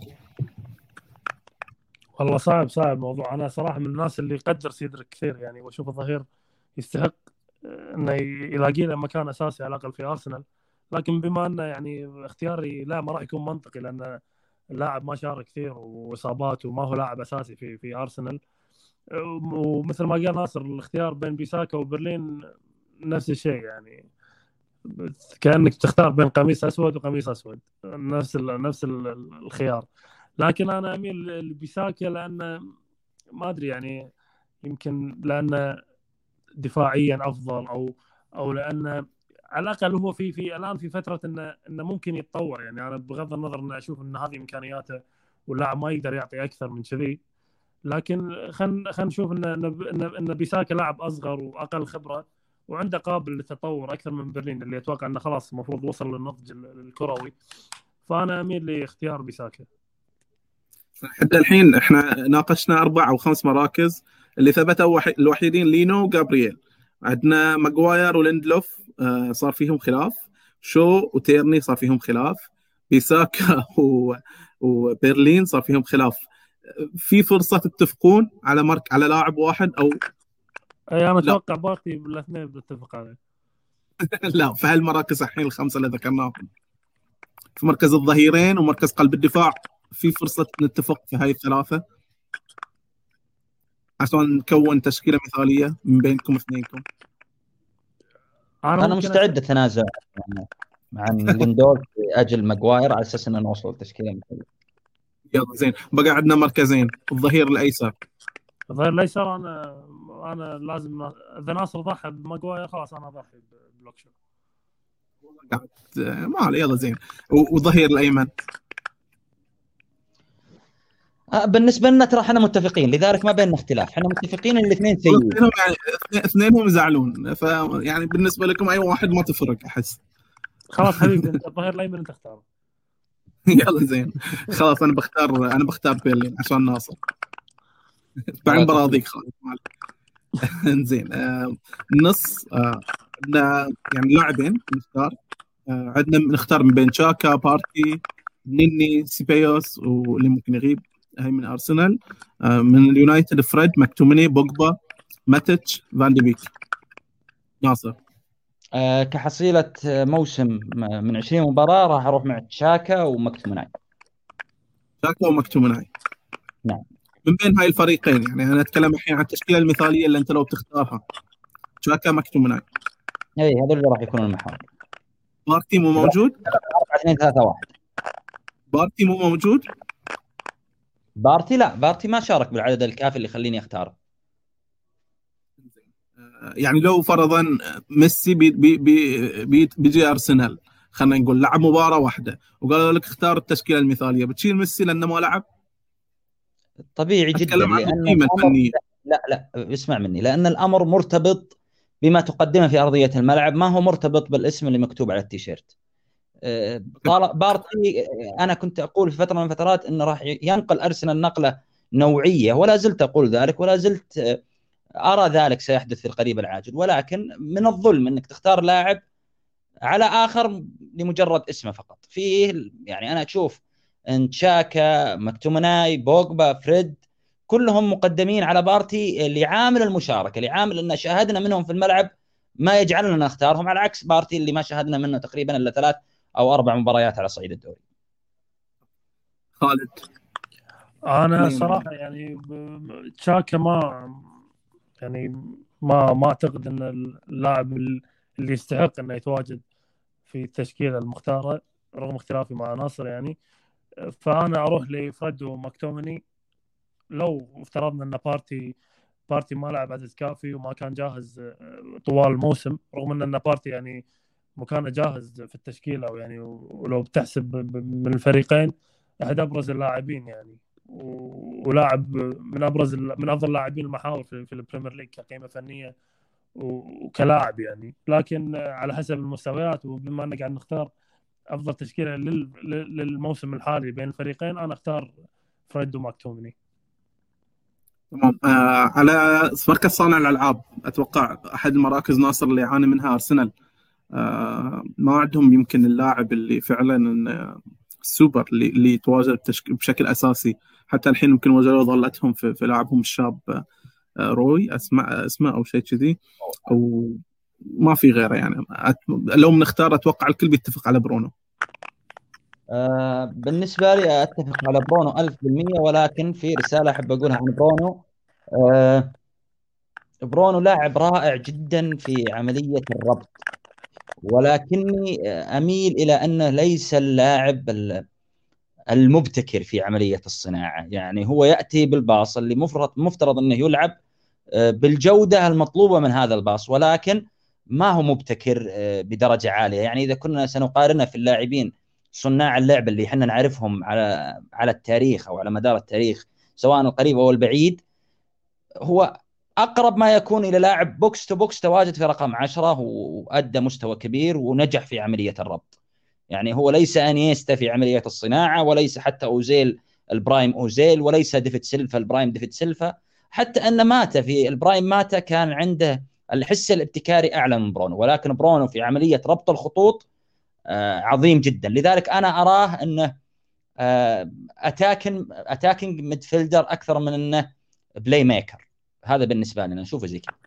والله صعب موضوع. انا صراحه من الناس اللي يقدر سيدريك كثير يعني، واشوف الظهير يستحق انه يلاقي له مكان اساسي على الاقل في ارسنال. لكن بما انه يعني اختياري لا ما راح يكون منطقي، لان اللاعب ما شارك كثير واصابات وما هو لاعب اساسي في ارسنال. ومثل ما قال ناصر، الاختيار بين بيساكا وبرلين نفس الشيء يعني، كأنك تختار بين قميص اسود وقميص اسود، نفس الخيار. لكن انا اميل لبيساكا، لان ما ادري يعني، يمكن لان دفاعيا افضل، او لان على الاقل هو في الان في فتره انه ممكن يتطور يعني. انا بغض النظر ان اشوف ان هذه امكانياته واللاعب ما يقدر يعطي اكثر من كذي، لكن خلينا نشوف ان بيساكا لاعب اصغر واقل خبره، وعنده قابل للتطور اكثر من برلين اللي اتوقع انه خلاص المفروض وصل للنضج الكروي. فانا اميل لاختيار بيساكا. حتى الحين احنا ناقشنا 4 أو 5 مراكز، اللي ثبتوا الوحيدين لينو وجابرييل. عندنا ماجواير وليندلوف صار فيهم خلاف، شو وتيرني صار فيهم خلاف، بيساكا وبرلين صار فيهم خلاف. في فرصة تتفقون على على لاعب واحد أو اي انا لا؟ اتوقع بارتي بالاثنين بنتفق عليه. لا، في هالمراكز الحين ال5 اللي ذكرناهم، في مركز الظهيرين ومركز قلب الدفاع، في فرصة نتفق في هاي الثلاثة عشان نكون تشكيلة مثالية من بينكم اثنينكم. انا مستعد اتنازع عن ليندورف لاجل ماجواير على اساس انه نوصل لتشكيله مثاليه. يلا زين، بقى عندنا مركزين، الظهير الايسر. الظهير الايسر انا لازم، اذا ناصر ضحى بماجواير خلاص انا اضحي بلوكشو. قاعد ما عليه، يلا زين. والظهير الايمن؟ بالنسبه لنا ترى احنا متفقين، لذلك ما بيننا اختلاف، احنا متفقين ان الاثنين سيئين. يعني اثنينهم يزعلون، فيعني بالنسبه لكم اي واحد ما تفرق احس. خلاص حبيبي، انت الظهير الايمن انت اختاره. يلا زين، خلاص انا بختار بيرلين عشان ناصر. بعدين براضيك خالد. زين، النص عندنا يعني لاعبين نختار. عندنا نختار من بين شاكا، بارتي، نيني، سيبايوس، واللي ممكن يغيب هاي من ارسنال. من اليونايتد فريد، مكتوميني، بوجبا، ماتيتش، فان دي بيك. ناصر؟ كحصيلة موسم من 20 مباراة راح أروح مع تشاكا ومكتومناي. شاكا ومكتومناي، نعم. من بين هاي الفريقين يعني أنا أتكلم الحين عن التشكيلة المثالية اللي أنت لو تختارها، شاكا، مكتومناي. أي هذول اللي راح يكونوا المحاور. بارتي مو موجود؟ 4-2-3-1. بارتي مو موجود؟ بارتي لا، بارتي ما شارك بالعدد الكافي اللي يخليني أختاره. يعني لو فرضا ميسي بيجي أرسنال، خلينا نقول لعب مباراة واحدة وقالوا لك اختار التشكيلة المثالية، بتشيل ميسي لأنه ما لعب؟ طبيعي جدا، أتكلم عن لأن القيمة الفنية. لا اسمع مني، لأن الأمر مرتبط بما تقدمه في أرضية الملعب، ما هو مرتبط بالاسم اللي مكتوب على التيشيرت. بارتي أنا كنت أقول في فترة من الفترات أنه راح ينقل أرسنال نقلة نوعية، ولا زلت أقول ذلك، ولا زلت أرى ذلك سيحدث في القريب العاجل، ولكن من الظلم أنك تختار لاعب على آخر لمجرد اسمه فقط. فيه يعني أنا أشوف أن تشاكا، مكتومناي، بوجبا، فريد كلهم مقدمين على بارتي لعامل المشاركه، لعامل ان شاهدنا منهم في الملعب ما يجعلنا نختارهم، على عكس بارتي اللي ما شاهدنا منه تقريبا الا 3 أو 4 مباريات على صعيد الدوري. خالد. انا صراحه يعني تشاكا يعني ما اعتقد ان اللاعب اللي يستحق انه يتواجد في التشكيله المختاره رغم اختلافي مع ناصر يعني. فانا اروح لفريدو ماكتوميني. لو افترضنا ان بارتي ما لعب عدد كافي وما كان جاهز طوال الموسم، رغم ان بارتي يعني مكانه جاهز في التشكيله، يعني ولو بتحسب من الفريقين احد ابرز اللاعبين يعني، ولاعب من افضل اللاعبين المحاور في البريمير ليج كقيمه فنيه وكلاعب يعني. لكن على حسب المستويات، وبما اننا قاعد نختار افضل تشكيله للموسم الحالي بين الفريقين، انا اختار فريدو ماكتوميني. تمام. على مركز صانع الالعاب، اتوقع احد المراكز ناصر اللي يعاني منها ارسنال. ما عندهم يمكن اللاعب اللي فعلا السوبر اللي يتواجد بشكل اساسي. حتى الحين يمكن وجدوا ظلتهم في لاعبهم الشاب روي، اسماء او شيء كذي، او ما في غيره يعني. لو بنختار اتوقع الكل بيتفق على برونو. بالنسبة لي أتفق على برونو 1000%، ولكن في رسالة أحب أقولها عن برونو. برونو لاعب رائع جدا في عملية الربط، ولكني أميل إلى أنه ليس اللاعب المبتكر في عملية الصناعة. يعني هو يأتي بالباص اللي مفترض أنه يلعب بالجودة المطلوبة من هذا الباص، ولكن ما هو مبتكر بدرجة عالية. يعني إذا كنا سنقارنه في اللاعبين صناع اللعب اللي احنا نعرفهم على التاريخ أو على مدار التاريخ سواء القريب أو البعيد، هو أقرب ما يكون إلى لاعب بوكس تو بوكس تواجد في رقم 10 وأدى مستوى كبير ونجح في عملية الربط. يعني هو ليس أنيستا في عملية الصناعة، وليس حتى أوزيل البرايم أوزيل، وليس ديفيد سيلفا البرايم ديفيد سيلفا. حتى أن ماتا في البرايم ماتا كان عنده الحس الابتكاري أعلى من برونو، ولكن برونو في عملية ربط الخطوط عظيم جدا. لذلك أنا أراه أنه أتاكينج ميدفيلدر أكثر من أنه بلاي ميكر. هذا بالنسبة لي أنا أشوفه زي كذا.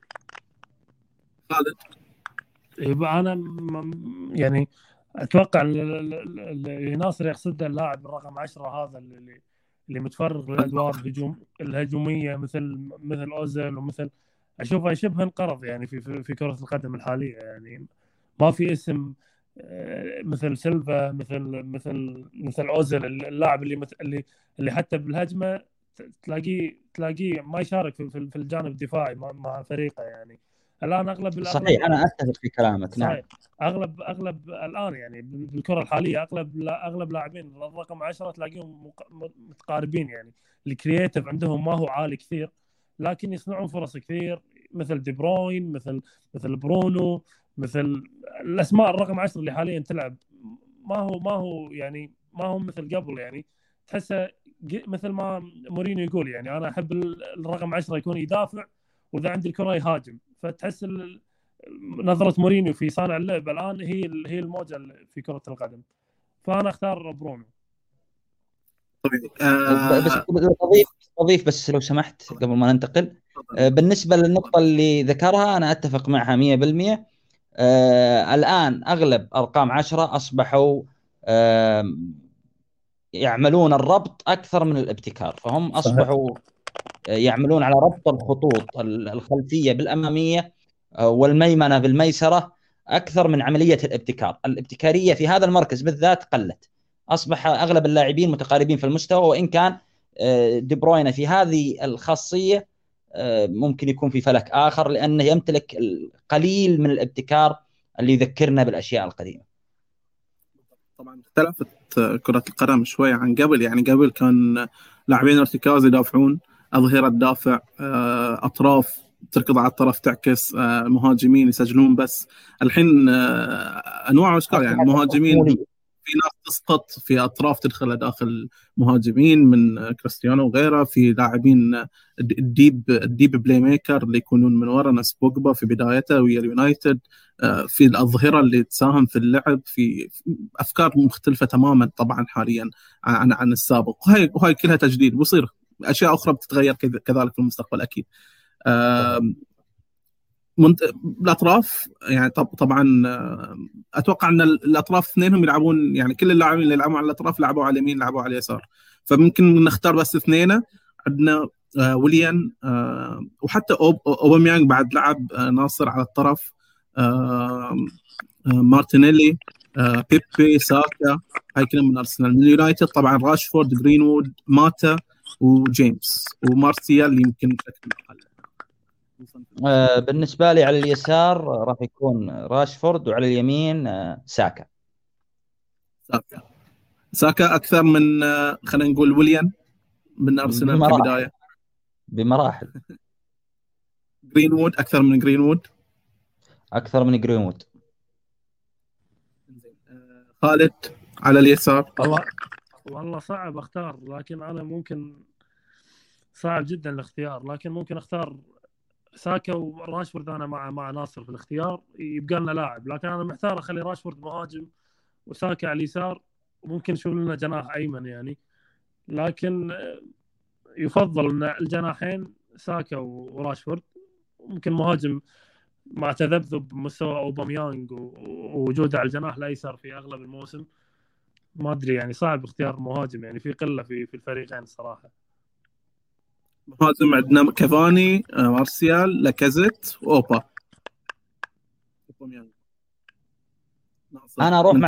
يبقى أنا يعني أتوقع اللي ناصر يقصده اللاعب الرقم 10 هذا اللي متفرغ للأدوار الهجومية مثل أوزيل، ومثل أشوفه شبه انقرض يعني في كرة القدم الحالية. يعني ما في اسم مثل سيلفا، مثل أوزيل، اللاعب اللي حتى بالهجمة تلاقيه ما يشارك في الجانب الدفاعي مع فريقه يعني. الآن أغلب صحيح، أنا أتفق في كلامك. صحيح. نعم، أغلب الآن يعني بالكرة الحالية أغلب لاعبين الرقم 10 تلاقيهم متقاربين يعني. الكرياتيف عندهم ما هو عالي كثير، لكن يصنعون فرص كثير، مثل دي بروين، مثل برونو، مثل الأسماء الرقم 10 اللي حاليا تلعب. ما هو يعني ما هو مثل قبل يعني. تحسه مثل ما مورينيو يقول يعني أنا أحب الرقم 10 يكون يدافع، وإذا عندي الكرة يهاجم. فتحس نظرة مورينيو في صانع اللعب الآن هي الموجة في كرة القدم. فأنا أختار برونو. بس أضيف بس لو سمحت قبل ما ننتقل. بالنسبة للنقطة اللي ذكرها أنا أتفق معها 100%. الآن أغلب أرقام 10 أصبحوا يعملون الربط أكثر من الابتكار، فهم أصبحوا يعملون على ربط الخطوط الخلفية بالأمامية والميمنة بالميسرة أكثر من عملية الابتكار. الابتكارية في هذا المركز بالذات قلت، أصبح أغلب اللاعبين متقاربين في المستوى، وإن كان دي بروين في هذه الخاصية ممكن يكون في فلك آخر لأنه يمتلك القليل من الابتكار اللي يذكرنا بالأشياء القديمة. طبعا اختلفت كرة القدم شوية عن قبل. يعني قبل كان لاعبين ارتكاز يدافعون، أظهرة تدافع، أطراف تركض على الطرف تعكس، مهاجمين يسجلون. بس الحين أنواع وأشكال يعني. مهاجمين في ناس تسقط في أطراف تدخل داخل مهاجمين من كريستيانو وغيره. في لاعبين الديب بلاي ميكر اللي يكونون من وراء، ناس بوجبا في بدايته ويا اليونايتد. في الأظهرة اللي تساهم في اللعب، في أفكار مختلفة تماما طبعا حاليا عن السابق. وهاي كلها تجديد بيصير اشياء اخرى بتتغير كذلك في المستقبل اكيد. الاطراف يعني طبعا اتوقع ان الاطراف اثنينهم يلعبون، يعني كل اللاعبين اللي يلعبون على الاطراف لعبوا على اليمين لعبوا على اليسار، فممكن نختار بس اثنين. عندنا ويليان وحتى اوباميانغ بعد لعب ناصر على الطرف، مارتينيلي، بيبي، ساكا، هاي كلهم من ارسنال. من اليونايتد طبعا راشفورد، جرينوود، ماتا وجيمس ومارسيال يمكن بشكل اقل. بالنسبة لي على اليسار راح يكون راشفورد، وعلى اليمين ساكا. ساكا أكثر من خلينا نقول ويليان من أرسنال كبداية بمراحل. جرينوود أكثر من جرينوود. خالد على اليسار. والله صعب اختار، لكن انا ممكن صعب جدا الاختيار، لكن ممكن اختار ساكا وراشفورد. انا مع ناصر في الاختيار، يبقى لنا لاعب، لكن انا محتار اخلي راشفورد مهاجم وساكا على اليسار، وممكن نشوف لنا جناح ايمن يعني، لكن يفضل ان الجناحين ساكا وراشفورد. ممكن مهاجم مع تذبذب مستوى اوباميانغ ووجوده على الجناح الايسر في اغلب الموسم، ما ادري يعني صعب اختيار مهاجم، يعني في قله في الفريقين الصراحه. مهاجم عندنا كافاني، مارسيال، لاكازيت، اوبا. انا اروح مع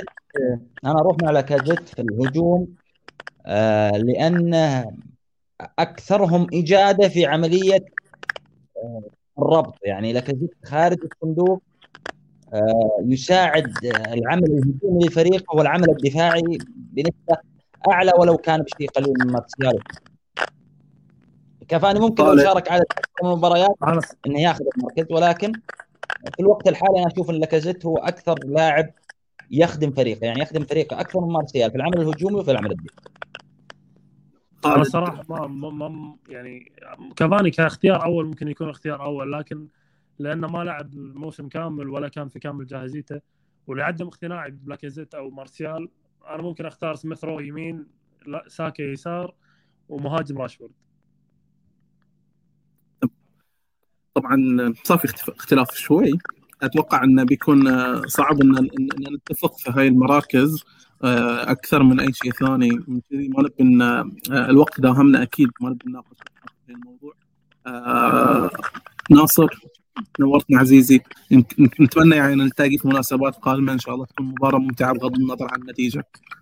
لاكازيت في الهجوم، لان اكثرهم اجاده في عمليه الربط. يعني لاكازيت خارج الصندوق يساعد العمل الهجومي للفريق والعمل الدفاعي بنسبه اعلى، ولو كان بشيء قليل من مارسيال. كافاني ممكن لو شارك عدد من المباريات انه ياخذ المركز، ولكن في الوقت الحالي انا اشوف ان لاكازيت هو اكثر لاعب يخدم فريقه، يعني يخدم فريقه اكثر من مارسيال في العمل الهجومي وفي العمل الدفاعي. انا صراحه ما يعني كافاني كاختيار اول ممكن يكون اختيار اول، لكن لانه ما لعب الموسم كامل ولا كان في كامل جاهزيته، ولعدم اقتناعي بلاكازيت او مارسيال، انا ممكن اختار سميث رو يمين، ساكا يسار، ومهاجم راشفورد. طبعا صار في اختلاف شوي، اتوقع انه بيكون صعب ان نتفق في هاي المراكز اكثر من اي شيء ثاني. ما نبي الوقت داهمنا، اكيد ما نبي نناقش في الموضوع. ناصر نورتنا عزيزي، نتمنى يعني نلتقي في مناسبات قادمه ان شاء الله تكون مباراه ممتعه بغض النظر عن النتيجه.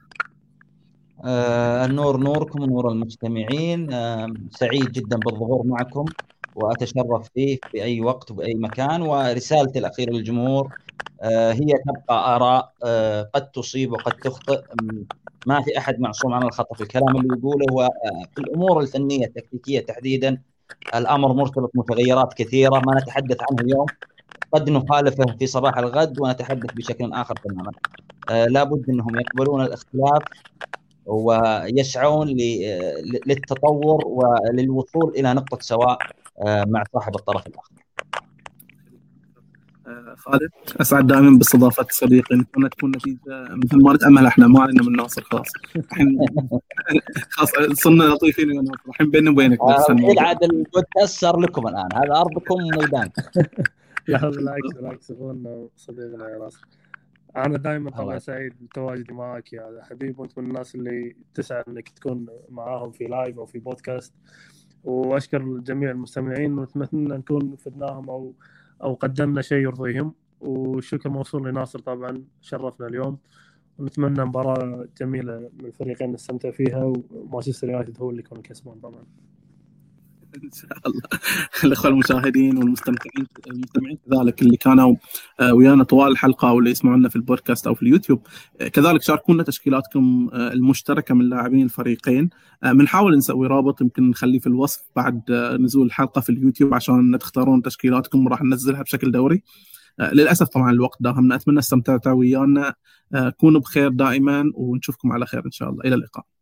النور نوركم ونور المستمعين. سعيد جدا بالظهور معكم، وأتشرف فيه في أي وقت وبأي مكان. ورسالتي الأخيرة للجمهور هي تبقى آراء، قد تصيب وقد تخطئ، ما في أحد معصوم عن الخطأ في الكلام اللي يقوله. وفي الأمور الفنية التكتيكية تحديدا الأمر مرتبط متغيرات كثيرة ما نتحدث عنه اليوم، قد نخالفه في صباح الغد ونتحدث بشكل آخر تماما. لابد أنهم يقبلون الاختلاف ويسعون للتطور وللوصول إلى نقطة سواء مع صاحب الطرف الآخر. خالد، أسعد دائما باستضافتك صديقي، نتمنى تكون نتيجة مثل ما نتأمل احنا، ما علينا من ناصر خلاص. خلاص صرنا لطيفين يا ناصر، الحين بيني وبينك بس الموضوع. عاد البودكاست صار لكم الآن، هذا أرضكم ميدان. لا بالعكس اخونا صديقنا يا ناصر، أنا دائما طبعا سعيد بتواجدي معك يا حبيب، وأنت من الناس اللي تسعى إنك تكون معاهم في لايف أو في بودكاست. وأشكر جميع المستمعين، ونتمنى نكون فدناهم أو قدمنا شيء يرضيهم. والشكر موصول لناصر طبعا، شرفنا اليوم، ونتمنى مباراة جميلة من الفريقين نستمتع فيها، ومانشستر يونايتد هو اللي يكون كسبان طبعا ان شاء الله. الاخوه المشاهدين والمستمعين كذلك اللي كانوا ويانا طوال الحلقه واللي يسمعونا في البودكاست او في اليوتيوب، كذلك شاركونا تشكيلاتكم المشتركه من لاعبين الفريقين. بنحاول نسوي رابط يمكن نخليه في الوصف بعد نزول الحلقه في اليوتيوب عشان تختارون تشكيلاتكم، وراح ننزلها بشكل دوري. للاسف طبعا الوقت داهمنا، اتمنى استمتعتوا ويانا. كونوا بخير دائما، ونشوفكم على خير ان شاء الله. الى اللقاء.